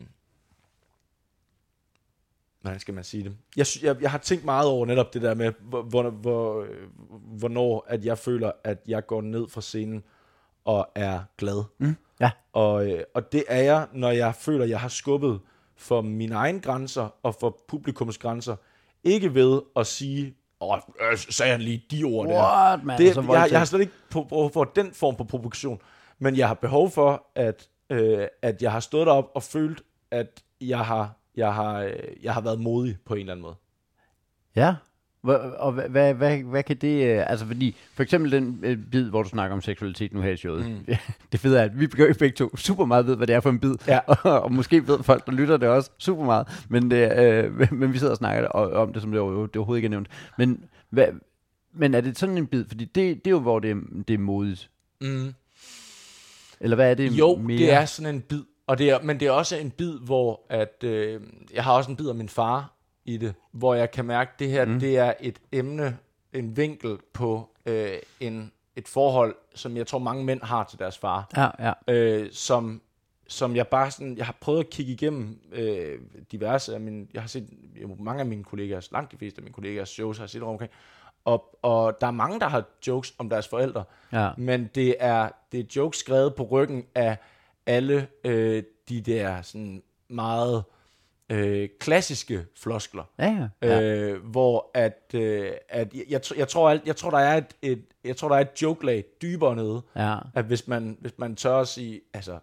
[SPEAKER 1] hvordan skal man sige det? Jeg, sy- jeg, jeg har tænkt meget over netop det der med, hvor, hvor, hvor, øh, hvornår at jeg føler, at jeg går ned fra scenen og er glad.
[SPEAKER 2] Mm, ja.
[SPEAKER 1] Og, øh, og det er jeg, når jeg føler, at jeg har skubbet for mine egne grænser og for publikums grænser. Ikke ved at sige, åh, øh, sagde han lige de ord der.
[SPEAKER 2] What, man?
[SPEAKER 1] Det,
[SPEAKER 2] Så
[SPEAKER 1] jeg,
[SPEAKER 2] voldtægt.
[SPEAKER 1] jeg har slet ikke på- behov for den form for provokation, men jeg har behov for, at, øh, at jeg har stået derop og følt, at jeg har, jeg, har, øh, jeg har været modig på en eller anden måde.
[SPEAKER 2] Ja, Hvor- og hvad, hvad, hvad, hvad kan det... øh, Altså fordi, for eksempel den øh, bid, hvor du snakker om seksualitet nu her i showet. Mm. Det fede er, at vi begge begge to super meget ved, hvad det er for en bid.
[SPEAKER 1] Ja.
[SPEAKER 2] Og, og måske ved folk, der lytter det også super meget. Men, det, øh, men vi sidder og snakker om det, som det, jo, det overhovedet ikke er nævnt. Men, hvad, men er det sådan en bid? Fordi det, det er jo, hvor det er, det er modigt.
[SPEAKER 1] Mm.
[SPEAKER 2] Eller hvad er det
[SPEAKER 1] Jo,
[SPEAKER 2] mere?
[SPEAKER 1] det er sådan en bid. Og det er, men det er også en bid, hvor at, øh, jeg har også en bid af min far i det, hvor jeg kan mærke, at det her mm. det er et emne, en vinkel på øh, en, et forhold, som jeg tror mange mænd har til deres far.
[SPEAKER 2] Ja, ja.
[SPEAKER 1] Øh, som, som jeg bare sådan, jeg har prøvet at kigge igennem øh, diverse af mine, jeg har set jo, mange af mine kollegaer, langt de fleste af mine kollegaers shows har jeg set rundt omkring, og, og der er mange, der har jokes om deres forældre,
[SPEAKER 2] Ja.
[SPEAKER 1] men det er, det er jokes skrevet på ryggen af alle øh, de der sådan meget øh, klassiske floskler,
[SPEAKER 2] Ja, ja. ja.
[SPEAKER 1] øh, hvor at, øh, at jeg, jeg, tr- jeg tror alt, jeg tror der er et, et jeg tror der er et joke-lag dybere nede,
[SPEAKER 2] ja.
[SPEAKER 1] at hvis man hvis man tør at sige, altså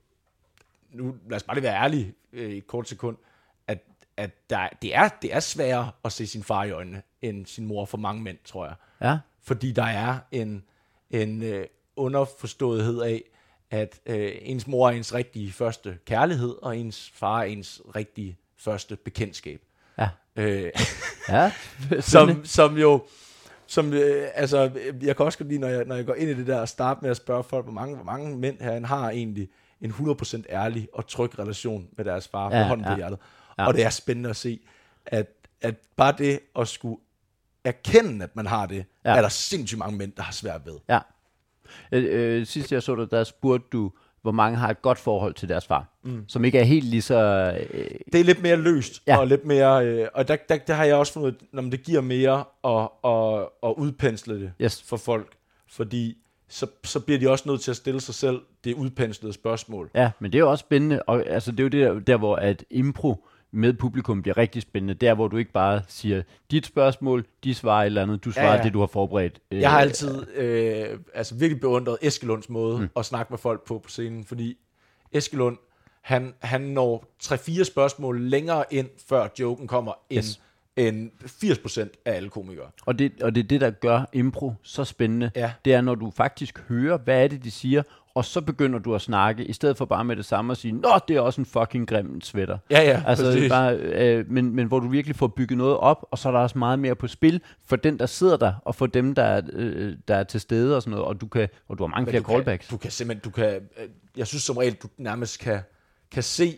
[SPEAKER 1] nu lad os bare lige være ærlige øh, i et kort sekund, at at der, det er det er sværere at se sin far i øjnene end sin mor for mange mænd, tror jeg.
[SPEAKER 2] Ja.
[SPEAKER 1] Fordi der er en, en øh, underforståethed af, at øh, ens mor er ens rigtige første kærlighed, og ens far er ens rigtige første bekendtskab.
[SPEAKER 2] Ja.
[SPEAKER 1] Øh,
[SPEAKER 2] Ja.
[SPEAKER 1] som, som jo, som, øh, altså, jeg kan også godt lide, når jeg, når jeg går ind i det der, og starte med at spørge folk, hvor mange, hvor mange mænd herinde har egentlig en hundrede procent ærlig og tryg relation med deres far, med
[SPEAKER 2] Ja,
[SPEAKER 1] hånden
[SPEAKER 2] ja.
[SPEAKER 1] på hjertet.
[SPEAKER 2] Ja.
[SPEAKER 1] Og det er spændende at se, at, at bare det at skulle erkende, at man har det,
[SPEAKER 2] Ja.
[SPEAKER 1] ja. er der sindssygt mange mænd, der har svært ved.
[SPEAKER 2] Ja. Øh, øh, sidst jeg så dig, der spurgte du, hvor mange har et godt forhold til deres far, mm. som ikke er helt lige så... Øh,
[SPEAKER 1] Det er lidt mere løst,
[SPEAKER 2] Ja.
[SPEAKER 1] ja. og lidt mere, øh, og der, der, der har jeg også fundet ud af, når det giver mere at, at, at udpensle det
[SPEAKER 2] Yes.
[SPEAKER 1] for folk, fordi så, så bliver de også nødt til at stille sig selv det udpenslede spørgsmål.
[SPEAKER 2] ja, men det er jo også spændende, og altså, det er jo det der, der, hvor at impro med publikum bliver rigtig spændende, der hvor du ikke bare siger dit spørgsmål, de svarer et eller andet, du svarer ja,
[SPEAKER 1] Ja,
[SPEAKER 2] ja.
[SPEAKER 1] ja.
[SPEAKER 2] det, du har forberedt.
[SPEAKER 1] Jeg har altid øh, altså virkelig beundret Eskelunds måde mm. at snakke med folk på på scenen, fordi Eskelund, han, han når tre-fire spørgsmål længere ind, før joken kommer, end,
[SPEAKER 2] Yes.
[SPEAKER 1] end firs procent af alle komikere.
[SPEAKER 2] Og det, og det er det, der gør impro så spændende.
[SPEAKER 1] Ja.
[SPEAKER 2] Det er, når du faktisk hører, hvad er det, de siger, og så begynder du at snakke, i stedet for bare med det samme at sige, nå, det er også en fucking grim sweater.
[SPEAKER 1] Ja, ja,
[SPEAKER 2] altså,
[SPEAKER 1] præcis.
[SPEAKER 2] bare, øh, men, men hvor du virkelig får bygget noget op, og så er der også meget mere på spil for den, der sidder der, og for dem, der er, øh, der er til stede og sådan noget, og du, kan, og du har mange
[SPEAKER 1] Men
[SPEAKER 2] flere
[SPEAKER 1] du kan-
[SPEAKER 2] callbacks.
[SPEAKER 1] Du kan simpelthen, du kan, øh, jeg synes som regel, du nærmest kan, kan se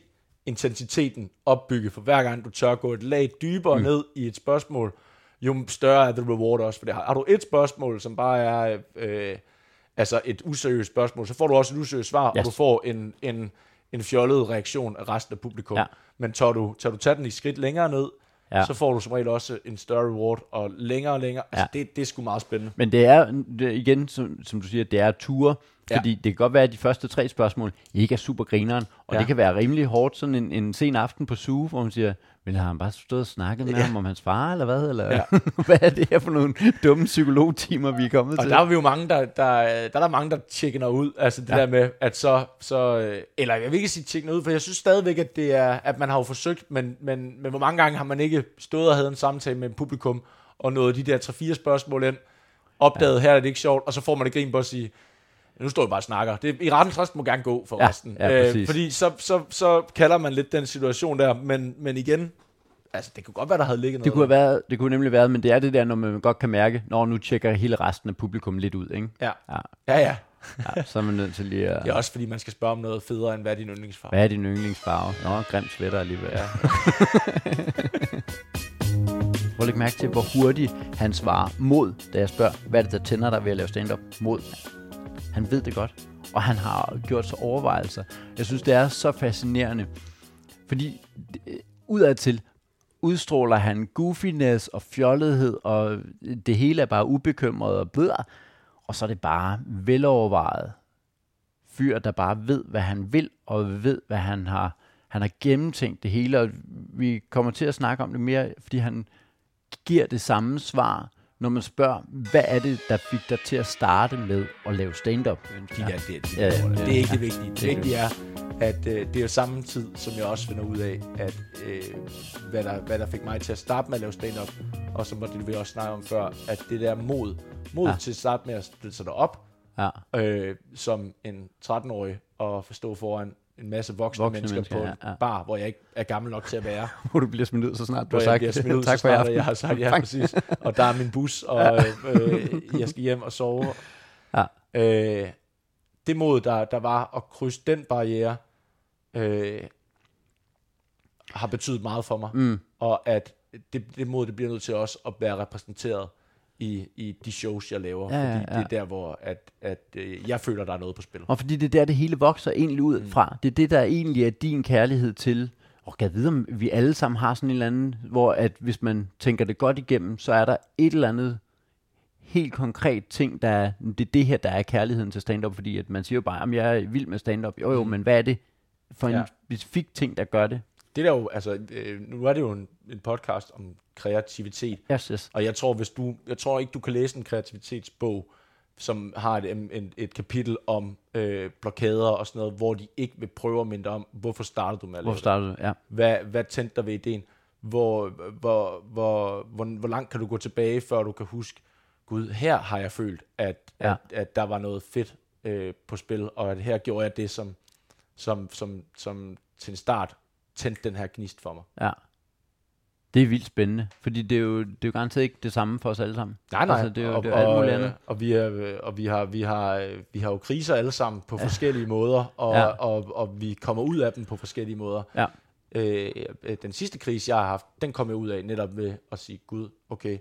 [SPEAKER 1] intensiteten opbygge, for hver gang du tør gå et lag dybere mm. ned i et spørgsmål, jo større er the reward også, for det har. Har du et spørgsmål, som bare er øh, altså et useriøst spørgsmål, så får du også et useriøst svar, yes. og du får en, en, en fjollet reaktion af resten af publikum. Ja. Men tør du, tør du tage den i skridt længere ned, ja. så får du som regel også en større reward, og længere og længere. Altså, ja. det, det er sgu meget spændende.
[SPEAKER 2] Men det er, det, igen, som, som du siger, det er ture, ja. fordi det kan godt være, at de første tre spørgsmål ikke er super grineren, og ja. det kan være rimelig hårdt sådan en, en sen aften på Zoo, hvor man siger, men har han bare stået og snakket med ja. ham om hans far, eller hvad? Eller, ja. hvad er det her for nogle dumme psykologtimer, vi er kommet
[SPEAKER 1] og
[SPEAKER 2] til?
[SPEAKER 1] Og der er vi jo mange, der, der, der, der er der mange, der tjekker ud, altså det ja. der med, at så, så, eller jeg vil ikke sige tjekker ud, for jeg synes stadigvæk, at det er, at man har jo forsøgt, men, men, men hvor mange gange har man ikke stået og havde en samtale med en publikum, og nået de der tre fire spørgsmål ind, opdaget, ja. her er det ikke sjovt, og så får man det grin på at sige, nu står jeg bare og snakker. Det, I retten resten må gerne gå for
[SPEAKER 2] ja,
[SPEAKER 1] resten.
[SPEAKER 2] Ja,
[SPEAKER 1] øh, fordi så, så, så kalder man lidt den situation der, men, men igen, altså det kunne godt være, der havde ligget noget.
[SPEAKER 2] Det kunne, have været, det kunne nemlig være, men det er det der, når man godt kan mærke, når nu tjekker hele resten af publikum lidt ud, ikke?
[SPEAKER 1] Ja, ja, ja. ja.
[SPEAKER 2] ja så er man nødt til lige at...
[SPEAKER 1] Det er også fordi, man skal spørge om noget federe, end hvad er din yndlingsfarve?
[SPEAKER 2] Hvad er din yndlingsfarve? Nå, grim sweater alligevel. Ja. Prøv at lægge mærke til, hvor hurtigt han svarer mod, da jeg spørger, hvad er det, der tænder dig ved at lave stand-up? Mod. Han ved det godt, og han har gjort sig overvejelser. Jeg synes, det er så fascinerende, fordi udadtil udstråler han goofiness og fjollethed, og det hele er bare ubekymret og bøder, og så er det bare velovervejet fyr, der bare ved, hvad han vil, og ved, hvad han har. Han har gennemtænkt det hele, og vi kommer til at snakke om det mere, fordi han giver det samme svar, når man spørger, hvad er det, der fik dig til at starte med at lave stand-up?
[SPEAKER 1] De der, det, det, ja, ja, det er ikke det vigtige. Det vigtige er, at øh, det er jo samme tid, som jeg også finder ud af, at øh, hvad, der, hvad der fik mig til at starte med at lave stand-up, og som det vi også snakke om før, at det der mod, mod ja. til at starte med at stille sig derop, ja. øh, som en tretten-årig, og forstå foran en masse voksne, voksne mennesker, mennesker på en ja, ja. bar, hvor jeg ikke er gammel nok til at være.
[SPEAKER 2] Hvor du bliver smidt ud, så snart du
[SPEAKER 1] har
[SPEAKER 2] sagt,
[SPEAKER 1] jeg bliver ud,
[SPEAKER 2] tak
[SPEAKER 1] for snart, jeg har sagt, ja, præcis. Og der er min bus, og øh, jeg skal hjem og sove. Ja. Øh, det mod, der, der var at krydse den barriere, øh, har betydet meget for mig. Mm. Og at det, det mod, det bliver nødt til også at være repræsenteret i, i de shows, jeg laver. Ja, fordi ja, ja. det er der, hvor at, at, øh, jeg føler, der er noget på spil.
[SPEAKER 2] Og fordi det er der, det hele vokser egentlig ud mm. fra. Det er det, der egentlig er din kærlighed til, og kan vide, om vi alle sammen har sådan en eller anden, hvor at hvis man tænker det godt igennem, så er der et eller andet helt konkret ting, der er, det er det her, der er kærligheden til stand-up, fordi at man siger jo bare, at jeg er vild med stand-up. Jo jo, mm. men hvad er det for en ja. specifik ting, der gør det?
[SPEAKER 1] Det der jo, altså, øh, nu er det jo en, en podcast om kreativitet,
[SPEAKER 2] yes, yes.
[SPEAKER 1] og jeg tror, hvis du, jeg tror ikke, du kan læse en kreativitetsbog, som har et, et, et kapitel om øh, blokader og sådan noget, hvor de ikke vil prøve at minde om, hvorfor startede du med at lave
[SPEAKER 2] hvorfor startede du, ja.
[SPEAKER 1] Hvad, hvad tændte dig ved ideen? Hvor, hvor, hvor, hvor, hvor langt kan du gå tilbage, før du kan huske, gud, her har jeg følt, at, ja. at, at der var noget fedt øh, på spil, og at her gjorde jeg det, som, som, som, som til en start tændte den her gnist for mig.
[SPEAKER 2] Ja. Det er vildt spændende, fordi det er jo, det er jo garanteret ikke det samme for os alle sammen.
[SPEAKER 1] Nej, nej.
[SPEAKER 2] Altså, det er jo,
[SPEAKER 1] og,
[SPEAKER 2] det er jo alt muligt andet.
[SPEAKER 1] Og, vi, er, og vi, har, vi, har, vi har jo kriser alle sammen på ja. forskellige måder, og, ja. og, og, og vi kommer ud af dem på forskellige måder. Ja. Øh, den sidste krise, jeg har haft, den kom jeg ud af netop ved at sige, gud, okay.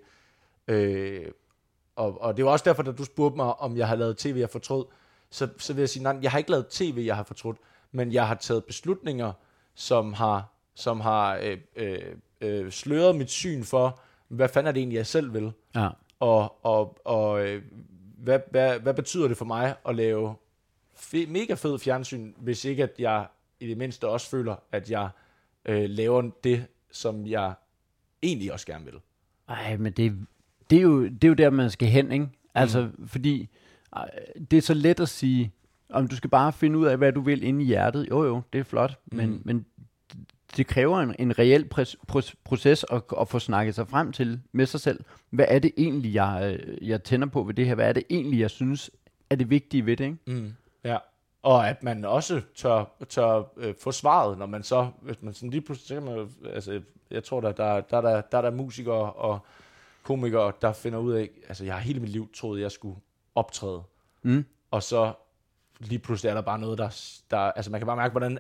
[SPEAKER 1] Øh, og, og det var også derfor, da du spurgte mig, om jeg har lavet tv, jeg fortrød, så, så vil jeg sige, nej, jeg har ikke lavet tv, jeg har fortrudt, men jeg har taget beslutninger, som har, som har øh, øh, øh, sløret mit syn for, hvad fanden er det egentlig, jeg selv vil? Ja. Og, og, og øh, hvad, hvad, hvad betyder det for mig at lave fe, mega fed fjernsyn, hvis ikke at jeg i det mindste også føler, at jeg øh, laver det, som jeg egentlig også gerne vil.
[SPEAKER 2] Ej, men det, det, er jo, det er jo der, man skal hen, ikke? Altså, mm. fordi øh, det er så let at sige, om du skal bare finde ud af, hvad du vil inde i hjertet. Jo jo, det er flot, mm. men, men det kræver en, en reel præs, præs, proces at, at få snakket sig frem til med sig selv. Hvad er det egentlig, jeg, jeg tænder på ved det her? Hvad er det egentlig, jeg synes er det vigtige ved det? Ikke?
[SPEAKER 1] Mm. Ja, og at man også tør, tør øh, få svaret, når man så, hvis man sådan lige pludselig tænker, man, altså jeg tror, der, der, der, der, der er der musikere og komikere, der finder ud af, altså jeg har hele mit liv troet, jeg skulle optræde. Mm. Og så lige pludselig er der bare noget, der, der, altså man kan bare mærke, hvordan at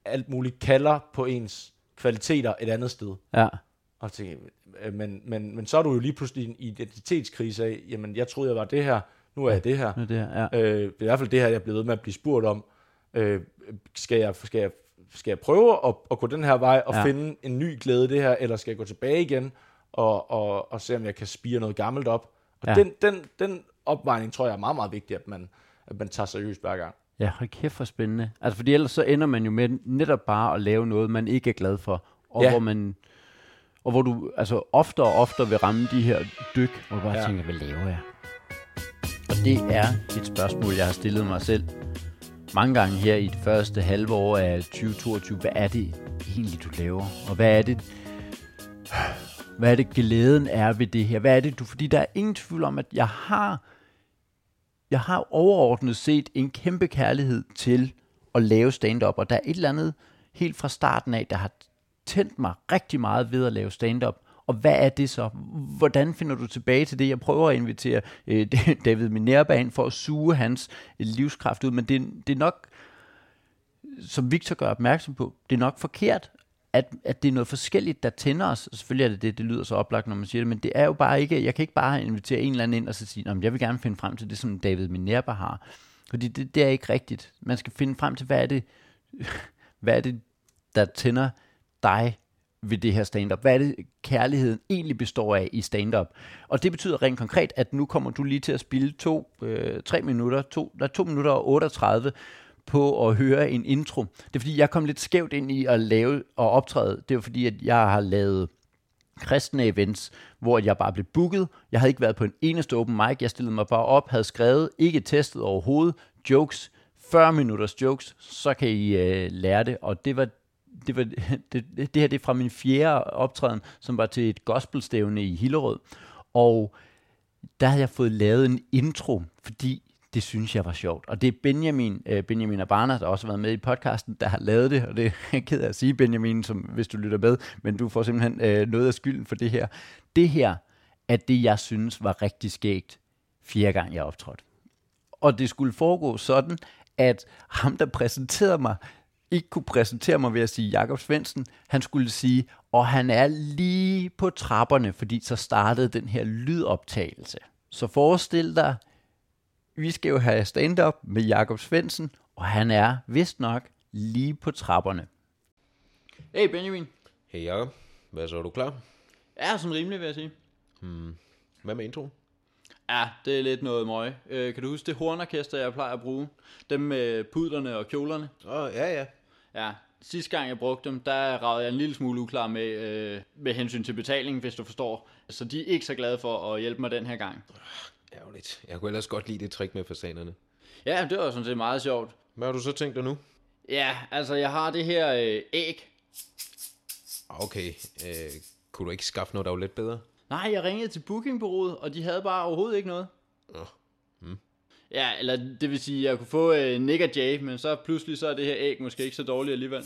[SPEAKER 1] alt muligt kalder på ens kvaliteter et andet sted.
[SPEAKER 2] Ja.
[SPEAKER 1] Og tænker, men, men, men så er du jo lige pludselig i en identitetskrise af, jamen jeg troede, jeg var det her, nu er jeg det her.
[SPEAKER 2] Det er, det her, ja.
[SPEAKER 1] øh, det er i hvert fald det her, jeg er blevet ved med at blive spurgt om. Øh, skal, jeg, skal, jeg, skal jeg prøve at, at gå den her vej og ja. finde en ny glæde i det her, eller skal jeg gå tilbage igen og, og, og se, om jeg kan spire noget gammelt op? Og ja. den, den, den opvejning tror jeg er meget, meget vigtig, at man, at man tager seriøst hver gang.
[SPEAKER 2] Ja, hold kæft for spændende. Altså, fordi ellers så ender man jo med netop bare at lave noget, man ikke er glad for, og ja. hvor man... Og hvor du altså oftere og oftere vil ramme de her dyk, hvor du bare ja. tænker, hvad laver jeg? Og det er et spørgsmål, jeg har stillet mig selv mange gange her i det første halve år af tyve toogtyve. Hvad er det egentlig, du laver? Og hvad er det, hvad er det glæden er ved det her? Hvad er det, du... Fordi der er ingen tvivl om, at jeg har, jeg har overordnet set en kæmpe kærlighed til at lave stand-up, og der er et eller andet helt fra starten af, der har tændt mig rigtig meget ved at lave stand-up. Og hvad er det så? Hvordan finder du tilbage til det? Jeg prøver at invitere øh, David Minerva ind for at suge hans livskraft ud, men det, det er nok, som Victor gør opmærksom på, det er nok forkert, at, at det er noget forskelligt, der tænder os. Selvfølgelig er det det, det lyder så oplagt, når man siger det, men det er jo bare ikke, jeg kan ikke bare invitere en eller anden ind og så sige, jeg vil gerne finde frem til det, som David Minerva har. Fordi det, det er ikke rigtigt. Man skal finde frem til, hvad er det, hvad er det, der tænder dig ved det her stand-up. Hvad er det, kærligheden egentlig består af i stand-up? Og det betyder rent konkret, at nu kommer du lige til at spille to, øh, tre minutter, to, der er to minutter og otteogtredive på at høre en intro. Det er fordi, jeg kom lidt skævt ind i at lave og optræde. Det er fordi, at jeg har lavet kristne events, hvor jeg bare blev booket. Jeg havde ikke været på en eneste open mic. Jeg stillede mig bare op, havde skrevet, ikke testet overhovedet, jokes, fyrre minutters jokes, så kan I øh, lære det. Og det var Det, var, det, det her det er fra min fjerde optræden, som var til et gospelstævne i Hillerød. Og der havde jeg fået lavet en intro, fordi det synes jeg var sjovt. Og det er Benjamin, øh, Benjamin Abana, der også har været med i podcasten, der har lavet det. Og det er jeg ked af at sige, Benjamin, som, hvis du lytter med, men du får simpelthen øh, noget af skylden for det her. Det her er det, jeg synes var rigtig skægt, fjerde gang jeg optrådte. Og det skulle foregå sådan, at ham, der præsenterede mig, ikke kunne præsentere mig ved at sige Jakob Svendsen. Han skulle sige, og han er lige på trapperne, fordi så startede den her lydoptagelse. Så forestil dig, vi skal jo have stand-up med Jakob Svendsen, og han er vist nok lige på trapperne. Hey Benjamin.
[SPEAKER 3] Hey Jakob, hvad så, er du klar?
[SPEAKER 2] Ja, sådan rimelig vil jeg sige.
[SPEAKER 3] Hmm. Hvad med introen?
[SPEAKER 2] Ja, det er lidt noget møg. Øh, kan du huske det hornorkester, jeg plejer at bruge? Dem med pudlerne og kjolerne?
[SPEAKER 3] Åh, oh, ja, ja.
[SPEAKER 2] Ja, sidste gang jeg brugte dem, der ragede jeg en lille smule uklar med, øh, med hensyn til betalingen, hvis du forstår. Så de er ikke så glade for at hjælpe mig den her gang.
[SPEAKER 3] Ærgerligt. Jeg kunne ellers godt lide det trick med fasanerne.
[SPEAKER 2] Ja, det var sådan set meget sjovt.
[SPEAKER 3] Hvad har du så tænkt dig nu?
[SPEAKER 2] Ja, altså jeg har det her øh, æg.
[SPEAKER 3] Okay, øh, kunne du ikke skaffe noget, der var lidt bedre?
[SPEAKER 2] Nej, jeg ringede til bookingbureauet, og de havde bare overhovedet ikke noget.
[SPEAKER 3] Nå. Hmm.
[SPEAKER 2] Ja, eller det vil sige, at jeg kunne få øh, Nick og Jay, men så pludselig så er det her æg måske ikke så dårligt alligevel.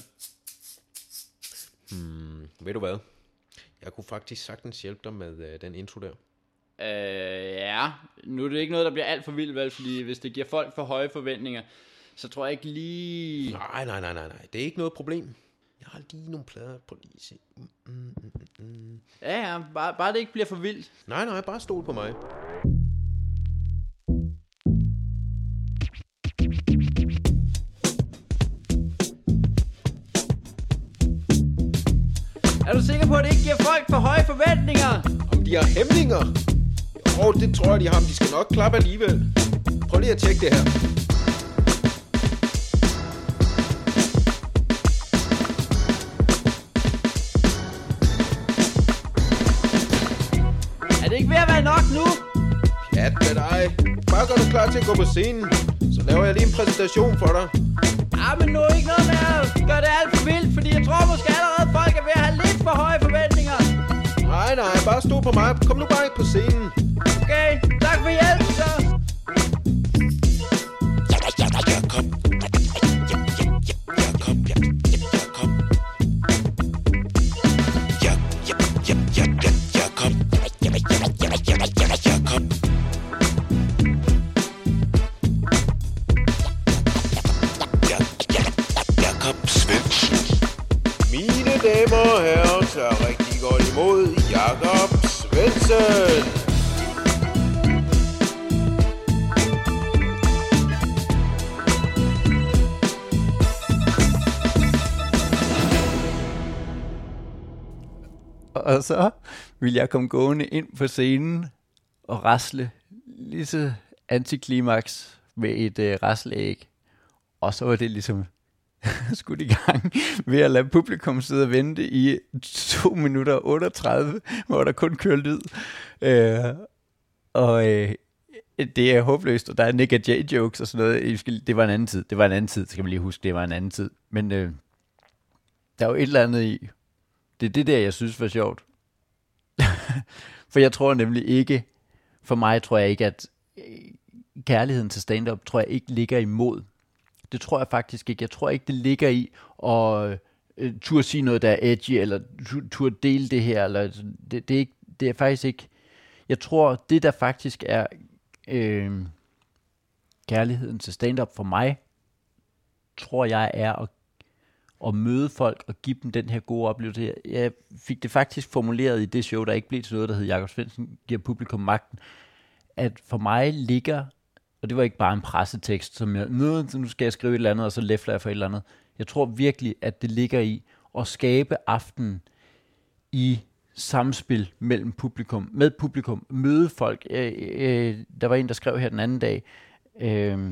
[SPEAKER 3] Hmm, ved du hvad? Jeg kunne faktisk sagtens hjælpe dig med øh, den intro der.
[SPEAKER 2] Øh, ja, nu er det ikke noget, der bliver alt for vildt, vel? Fordi hvis det giver folk for høje forventninger, så tror jeg ikke lige...
[SPEAKER 3] Nej, nej, nej, nej, nej. Det er ikke noget problem. Jeg har lige nogle plader på lige se. Mm, mm, mm, mm.
[SPEAKER 2] Ja, ja, bare, bare det ikke bliver for vildt.
[SPEAKER 3] Nej, nej, bare stol på mig.
[SPEAKER 2] Er du sikker på, at det ikke giver folk for høje forventninger?
[SPEAKER 3] Om de har hæmninger? Jo, det tror jeg, de har, men de skal nok klappe alligevel. Prøv lige at tjekke det her.
[SPEAKER 2] Er det ikke ved at være nok nu?
[SPEAKER 3] Pjat med dig. Bare gør dig klar til at gå på scenen. Så laver jeg lige en præsentation for dig.
[SPEAKER 2] Ja, men nu er ikke noget med at gøre det alt for vildt, fordi jeg tror måske allerede, folk er ved at have lidt for høje forventninger.
[SPEAKER 3] Nej, nej, bare stå på mig. Kom nu bare på scenen.
[SPEAKER 2] Okay, tak for hjælpen så.
[SPEAKER 4] Jakob Svendsen.
[SPEAKER 3] damer og herrer, tager rigtig godt imod Jakob Svendsen.
[SPEAKER 2] Og så vil jeg komme gående ind på scenen og rasle lige så antiklimaks med et øh, rasleæg. Og så var det ligesom skudt i gang ved at lade publikum sidde og vente i to minutter og otteogtredive, hvor der kun kører lyd. Øh, og øh, det er håbløst, og der er Nick og Jay jokes og sådan noget. Det var en anden tid. Det var en anden tid, skal man lige huske. Det var en anden tid. Men øh, der er jo et eller andet i. Det er det der, jeg synes var sjovt. For jeg tror nemlig ikke, for mig tror jeg ikke, at kærligheden til stand-up, tror jeg ikke ligger imod. Det tror jeg faktisk ikke. Jeg tror ikke, det ligger i at uh, turde sige noget, der er edgy, eller turde dele det her. Eller, det, det, er ikke, det er faktisk ikke. Jeg tror, det der faktisk er øh, kærligheden til stand-up for mig, tror jeg er at, at møde folk og give dem den her gode oplevelse. Jeg fik det faktisk formuleret i det show, der ikke blev til noget, der hed Jakob Svendsen giver publikum magten, at for mig ligger, og det var ikke bare en pressetekst, som jeg, nu skal jeg skrive et eller andet, og så læfler jeg for et eller andet. Jeg tror virkelig, at det ligger i at skabe aftenen i samspil mellem publikum, med publikum, møde folk. Øh, øh, der var en, der skrev her den anden dag, øh,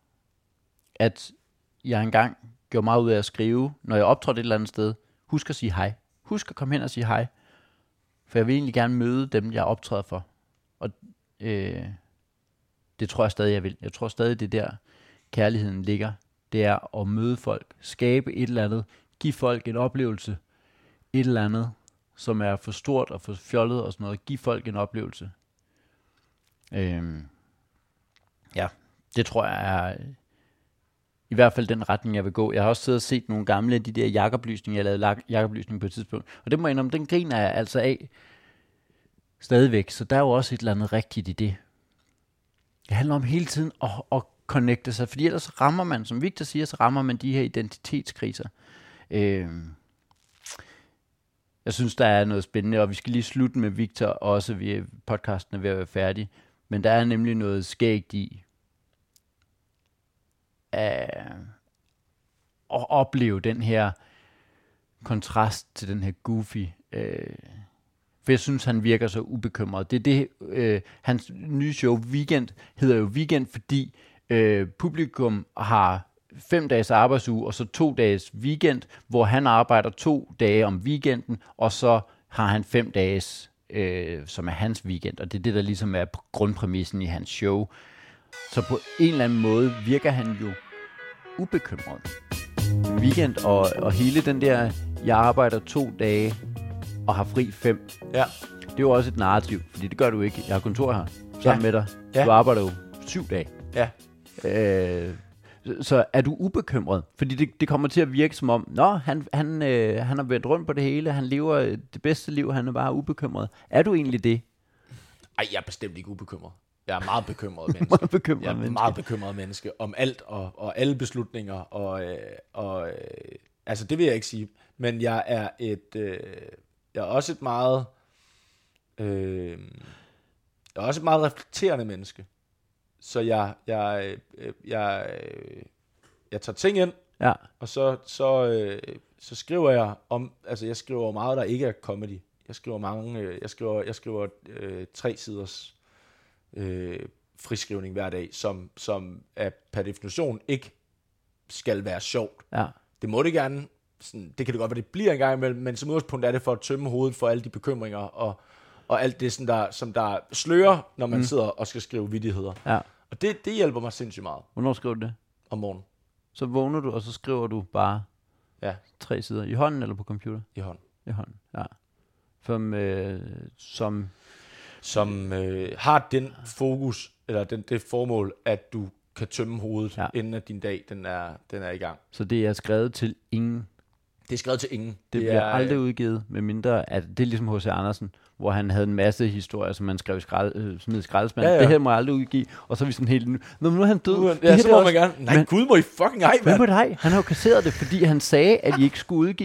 [SPEAKER 2] at jeg engang gjorde meget ud af at skrive, når jeg optrådte et eller andet sted, husk at sige hej. Husk at komme hen og sige hej. For jeg vil egentlig gerne møde dem, jeg optræder for. Og øh, det tror jeg stadig, jeg vil. Jeg tror stadig, det der kærligheden ligger. Det er at møde folk, skabe et eller andet, give folk en oplevelse, et eller andet, som er for stort og for fjollet og sådan noget. Give folk en oplevelse. Øh, ja, det tror jeg er i hvert fald den retning, jeg vil gå. Jeg har også siddet og set nogle gamle af de der jakoblysninger, jeg lavede jakoblysning på et tidspunkt. Og det må jeg indrømme, den griner jeg altså af stadigvæk. Så der er jo også et eller andet rigtigt i det. Det handler om hele tiden at, at connecte sig, fordi ellers rammer man, som Victor siger, så rammer man de her identitetskriser. Øh, jeg synes, der er noget spændende, og vi skal lige slutte med Victor også, vi podcasten er ved at være færdig. Men der er nemlig noget skægt i at opleve den her kontrast til den her goofy. Øh, for jeg synes, han virker så ubekymret. Det er det, øh, hans nye show, Weekend, hedder jo Weekend, fordi øh, publikum har fem dages arbejdsuge, og så to dages weekend, hvor han arbejder to dage om weekenden, og så har han fem dages, øh, som er hans weekend. Og det er det, der ligesom er grundpræmissen i hans show. Så på en eller anden måde virker han jo ubekymret. Weekend og, og hele den der, jeg arbejder to dage og har fri fem.
[SPEAKER 1] Ja.
[SPEAKER 2] Det er jo også et narrativ, fordi det gør du ikke. Jeg har kontor her sammen ja. med dig.
[SPEAKER 1] Ja.
[SPEAKER 2] Du arbejder jo syv dage.
[SPEAKER 1] Ja.
[SPEAKER 2] Øh, så er du ubekymret? Fordi det, det kommer til at virke som om, nå, han, han, øh, han har været rundt på det hele, han lever det bedste liv, han er bare ubekymret. Er du egentlig det?
[SPEAKER 1] Ej, jeg er bestemt ikke ubekymret. Jeg er meget bekymret menneske.
[SPEAKER 2] meget bekymret
[SPEAKER 1] jeg er
[SPEAKER 2] menneske.
[SPEAKER 1] meget bekymret menneske om alt og, og alle beslutninger. Og, øh, og, øh, altså, det vil jeg ikke sige. Men jeg er et... Øh, jeg er også et meget... Øh, jeg er også et meget reflekterende menneske. Så jeg... Jeg, øh, jeg, øh, jeg tager ting ind,
[SPEAKER 2] ja.
[SPEAKER 1] og så, så, øh, så skriver jeg om... Altså, jeg skriver meget, der ikke er comedy. Jeg skriver mange... Øh, jeg skriver, jeg skriver øh, tre siders... Øh, friskrivning hver dag, som, som er per definition ikke skal være sjovt.
[SPEAKER 2] Ja.
[SPEAKER 1] Det må det gerne, sådan, det kan det godt være, det bliver en gang imellem, men som udgangspunkt er det for at tømme hovedet for alle de bekymringer, og, og alt det, sådan der, som der slører, når man mm. sidder og skal skrive vittigheder.
[SPEAKER 2] Ja.
[SPEAKER 1] Og det, det hjælper mig sindssygt meget.
[SPEAKER 2] Hvornår skriver du det?
[SPEAKER 1] Om morgenen.
[SPEAKER 2] Så vågner du, og så skriver du bare
[SPEAKER 1] ja.
[SPEAKER 2] tre sider. I hånden eller på computer?
[SPEAKER 1] I hånden.
[SPEAKER 2] I hånden, ja. Som... Øh, som
[SPEAKER 1] som øh, har den fokus, eller den, det formål, at du kan tømme hovedet, ja. inden at din dag den er, den er i gang.
[SPEAKER 2] Så det er skrevet til ingen?
[SPEAKER 1] Det er skrevet til ingen.
[SPEAKER 2] Det,
[SPEAKER 1] det
[SPEAKER 2] bliver
[SPEAKER 1] er,
[SPEAKER 2] aldrig udgivet, med mindre, at det er ligesom H C Andersen, hvor han havde en masse historier, som man skrev i skrald, øh, smed i skraldespanden. Ja, ja. Det her må jeg aldrig udgive, og så er vi sådan helt... Nå, nu er han død.
[SPEAKER 1] Nu,
[SPEAKER 2] det
[SPEAKER 1] ja,
[SPEAKER 2] her,
[SPEAKER 1] så må man gerne... Nej, men, Gud må I fucking ej, mand.
[SPEAKER 2] Hvem må det ej? Han har jo kasseret det, fordi han sagde, at I ikke skulle udgive det.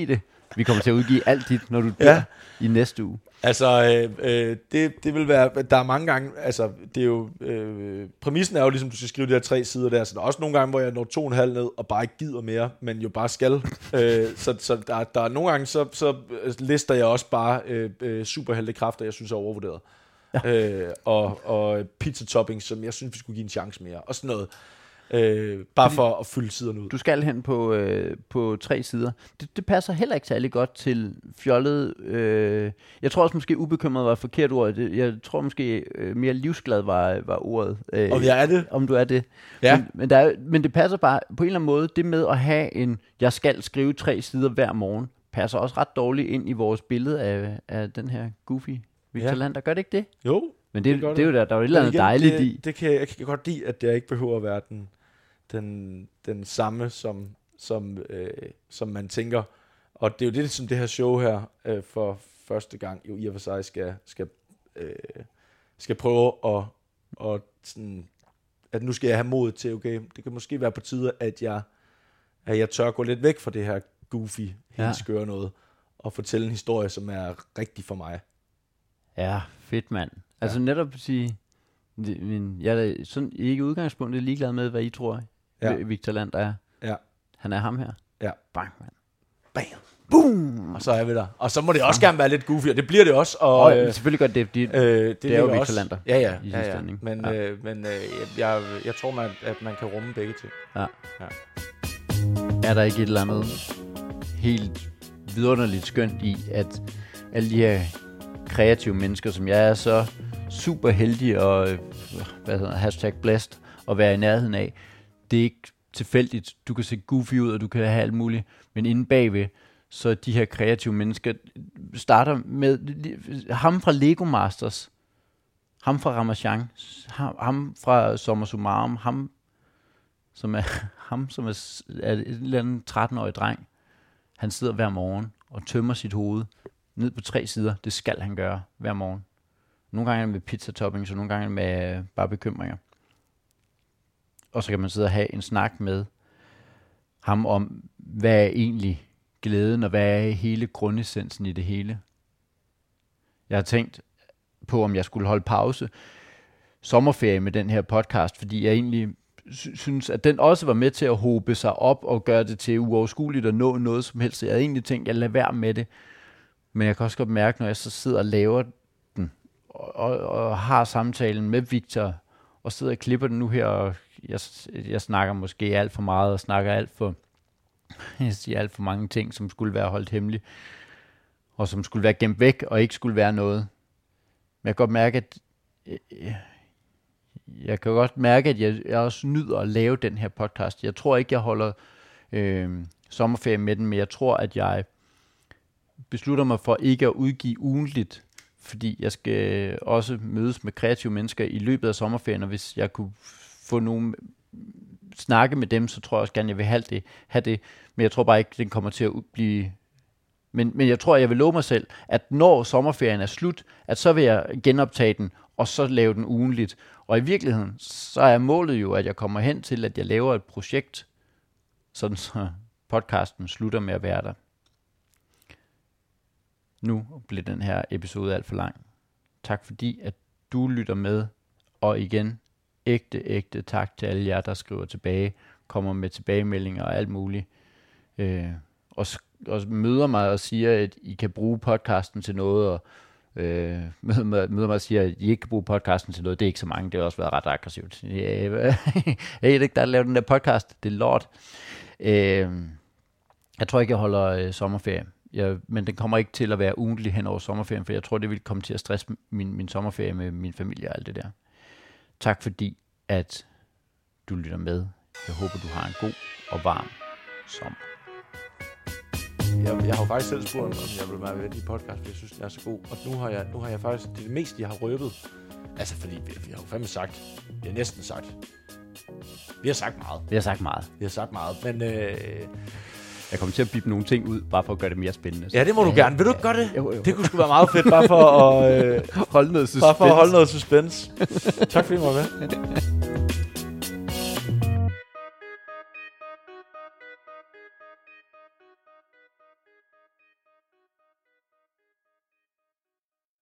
[SPEAKER 2] Vi kommer til at udgive alt dit, når du dør ja. i næste uge.
[SPEAKER 1] Altså, øh, øh, det, det vil være, der er mange gange, altså, det er jo, øh, præmissen er jo ligesom, du skal skrive de her tre sider der, så der er også nogle gange, hvor jeg når to og en halv ned, og bare ikke gider mere, men jo bare skal. øh, så så der, der er nogle gange, så, så lister jeg også bare øh, øh, superheltekræfter, jeg synes er overvurderet. Ja. Øh, og, og pizza toppings, som jeg synes, vi skulle give en chance mere, og sådan noget. Øh, bare Fordi for at fylde siderne ud.
[SPEAKER 2] Du skal hen på, øh, på tre sider. Det, det passer heller ikke særlig godt til fjollet. Øh, jeg tror også måske ubekymret var et forkert ord. Det, jeg tror måske øh, mere livsglad var, var ordet. Øh,
[SPEAKER 1] om jeg er det?
[SPEAKER 2] Om du er det.
[SPEAKER 1] Ja.
[SPEAKER 2] Men, men, der er, men det passer bare på en eller anden måde. Det med at have en, jeg skal skrive tre sider hver morgen, passer også ret dårligt ind i vores billede af, af den her goofy Victor ja. Lander. Gør det ikke det?
[SPEAKER 1] Jo.
[SPEAKER 2] Men det,
[SPEAKER 1] det,
[SPEAKER 2] det, det er jo der, der er jo et eller andet dejligt
[SPEAKER 1] det,
[SPEAKER 2] i.
[SPEAKER 1] Det kan, jeg kan godt lide, at jeg ikke behøver at være den Den, den samme, som, som, øh, som man tænker. Og det er jo det, som det her show her øh, for første gang jo i og for sig skal, skal, øh, skal prøve at, og sådan, at nu skal jeg have mod til, okay, det kan måske være på tide, at jeg, at jeg tør gå lidt væk fra det her goofy,
[SPEAKER 2] ja.
[SPEAKER 1] helt skøre noget, og fortælle en historie, som er rigtig for mig.
[SPEAKER 2] Ja, fedt mand. Altså ja. netop at sige, men jeg er da sådan ikke udgangspunktet ligeglad med, hvad I tror, ja. Victor Lander er.
[SPEAKER 1] Ja.
[SPEAKER 2] Han er ham her.
[SPEAKER 1] Ja.
[SPEAKER 2] Bang, mand.
[SPEAKER 1] Bam. Boom. Og så er vi der. Og så må det også gerne være lidt goofy, og det bliver det også. Og,
[SPEAKER 2] og øh, selvfølgelig godt, det, det,
[SPEAKER 1] øh, det,
[SPEAKER 2] det er jo Victor Lander.
[SPEAKER 1] Ja, ja.
[SPEAKER 2] I
[SPEAKER 1] ja, ja. Men, ja. Øh, men øh, jeg, jeg tror, man, at man kan rumme begge ting.
[SPEAKER 2] Ja. ja. Er der ikke et eller andet helt vidunderligt skønt i, at alle de her kreative mennesker, som jeg er så super heldig og hvad hedder, hashtag blessed at være i nærheden af, det er ikke tilfældigt. Du kan se goofy ud, og du kan have alt muligt, men inde bagved, så de her kreative mennesker starter med ham fra Lego Masters, ham fra Ramachan, ham, ham fra Summa Summarum, ham som er ham som er, er et eller andet tretten-årig dreng. Han sidder hver morgen og tømmer sit hoved ned på tre sider. Det skal han gøre hver morgen. Nogle gange med pizza toppings, og nogle gange med bare bekymringer. Og så kan man sidde og have en snak med ham om, hvad er egentlig glæden, og hvad er hele grundessensen i det hele. Jeg har tænkt på, om jeg skulle holde pause, sommerferie med den her podcast, fordi jeg egentlig sy- synes, at den også var med til at hobe sig op og gøre det til uoverskueligt at nå noget som helst. Jeg havde egentlig tænkt, at jeg lader være med det. Men jeg kan også godt mærke, når jeg så sidder og laver den, og, og, og har samtalen med Victor, og sidder og klipper den nu her, og jeg, jeg snakker måske alt for meget, og snakker alt for, jeg siger alt for mange ting, som skulle være holdt hemmeligt, og som skulle være gemt væk, og ikke skulle være noget. Men jeg kan godt mærke, at øh, jeg kan godt mærke, at jeg, jeg også nyder at lave den her podcast. Jeg tror ikke, jeg holder øh, sommerferie med den, men jeg tror, at jeg beslutter mig for ikke at udgive ugentligt, fordi jeg skal også mødes med kreative mennesker i løbet af sommerferien, og hvis jeg kunne få nogen snakke med dem, så tror jeg også gerne, jeg vil have det. Have det. Men jeg tror bare ikke, den kommer til at blive... Men, men jeg tror, jeg vil love mig selv, at når sommerferien er slut, at så vil jeg genoptage den, og så lave den ugenligt. Og i virkeligheden, så er målet jo, at jeg kommer hen til, at jeg laver et projekt, sådan så podcasten slutter med at være der. Nu bliver den her episode alt for lang. Tak fordi, at du lytter med. Og igen, ægte, ægte tak til alle jer, der skriver tilbage, kommer med tilbagemeldinger og alt muligt. Øh, og, og møder mig og siger, at I kan bruge podcasten til noget, og øh, møder, mig, møder mig og siger, at I ikke kan bruge podcasten til noget. Det er ikke så mange, det har også været ret aggressivt. Jeg ved ikke, der laver den der podcast. Det er lort. Øh, jeg tror ikke, jeg holder øh, sommerferie. Jeg, men den kommer ikke til at være ugentlig hen over sommerferien, for jeg tror, det vil komme til at stresse min, min sommerferie med min familie og alt det der. Tak fordi, at du lytter med. Jeg håber, du har en god og varm sommer.
[SPEAKER 1] Jeg, jeg har jo faktisk selv spurgt, om jeg vil være med i podcast, fordi jeg synes, det er så god. Og nu har jeg, nu har jeg faktisk, det er det meste, jeg har røbet. Altså, fordi vi, vi har jo fandme sagt, vi har næsten sagt. Vi har sagt meget.
[SPEAKER 2] Vi har sagt meget.
[SPEAKER 1] Vi har sagt meget, men... Øh,
[SPEAKER 2] jeg kommer til at bippe nogle ting ud, bare for at gøre det mere spændende.
[SPEAKER 1] Så. Ja, det må du gerne. Vil du ikke gøre det? Jo, jo. Det kunne sgu være meget fedt, bare for at, øh,
[SPEAKER 2] holde noget suspense.
[SPEAKER 1] Bare for at holde noget suspense. Tak fordi I var med.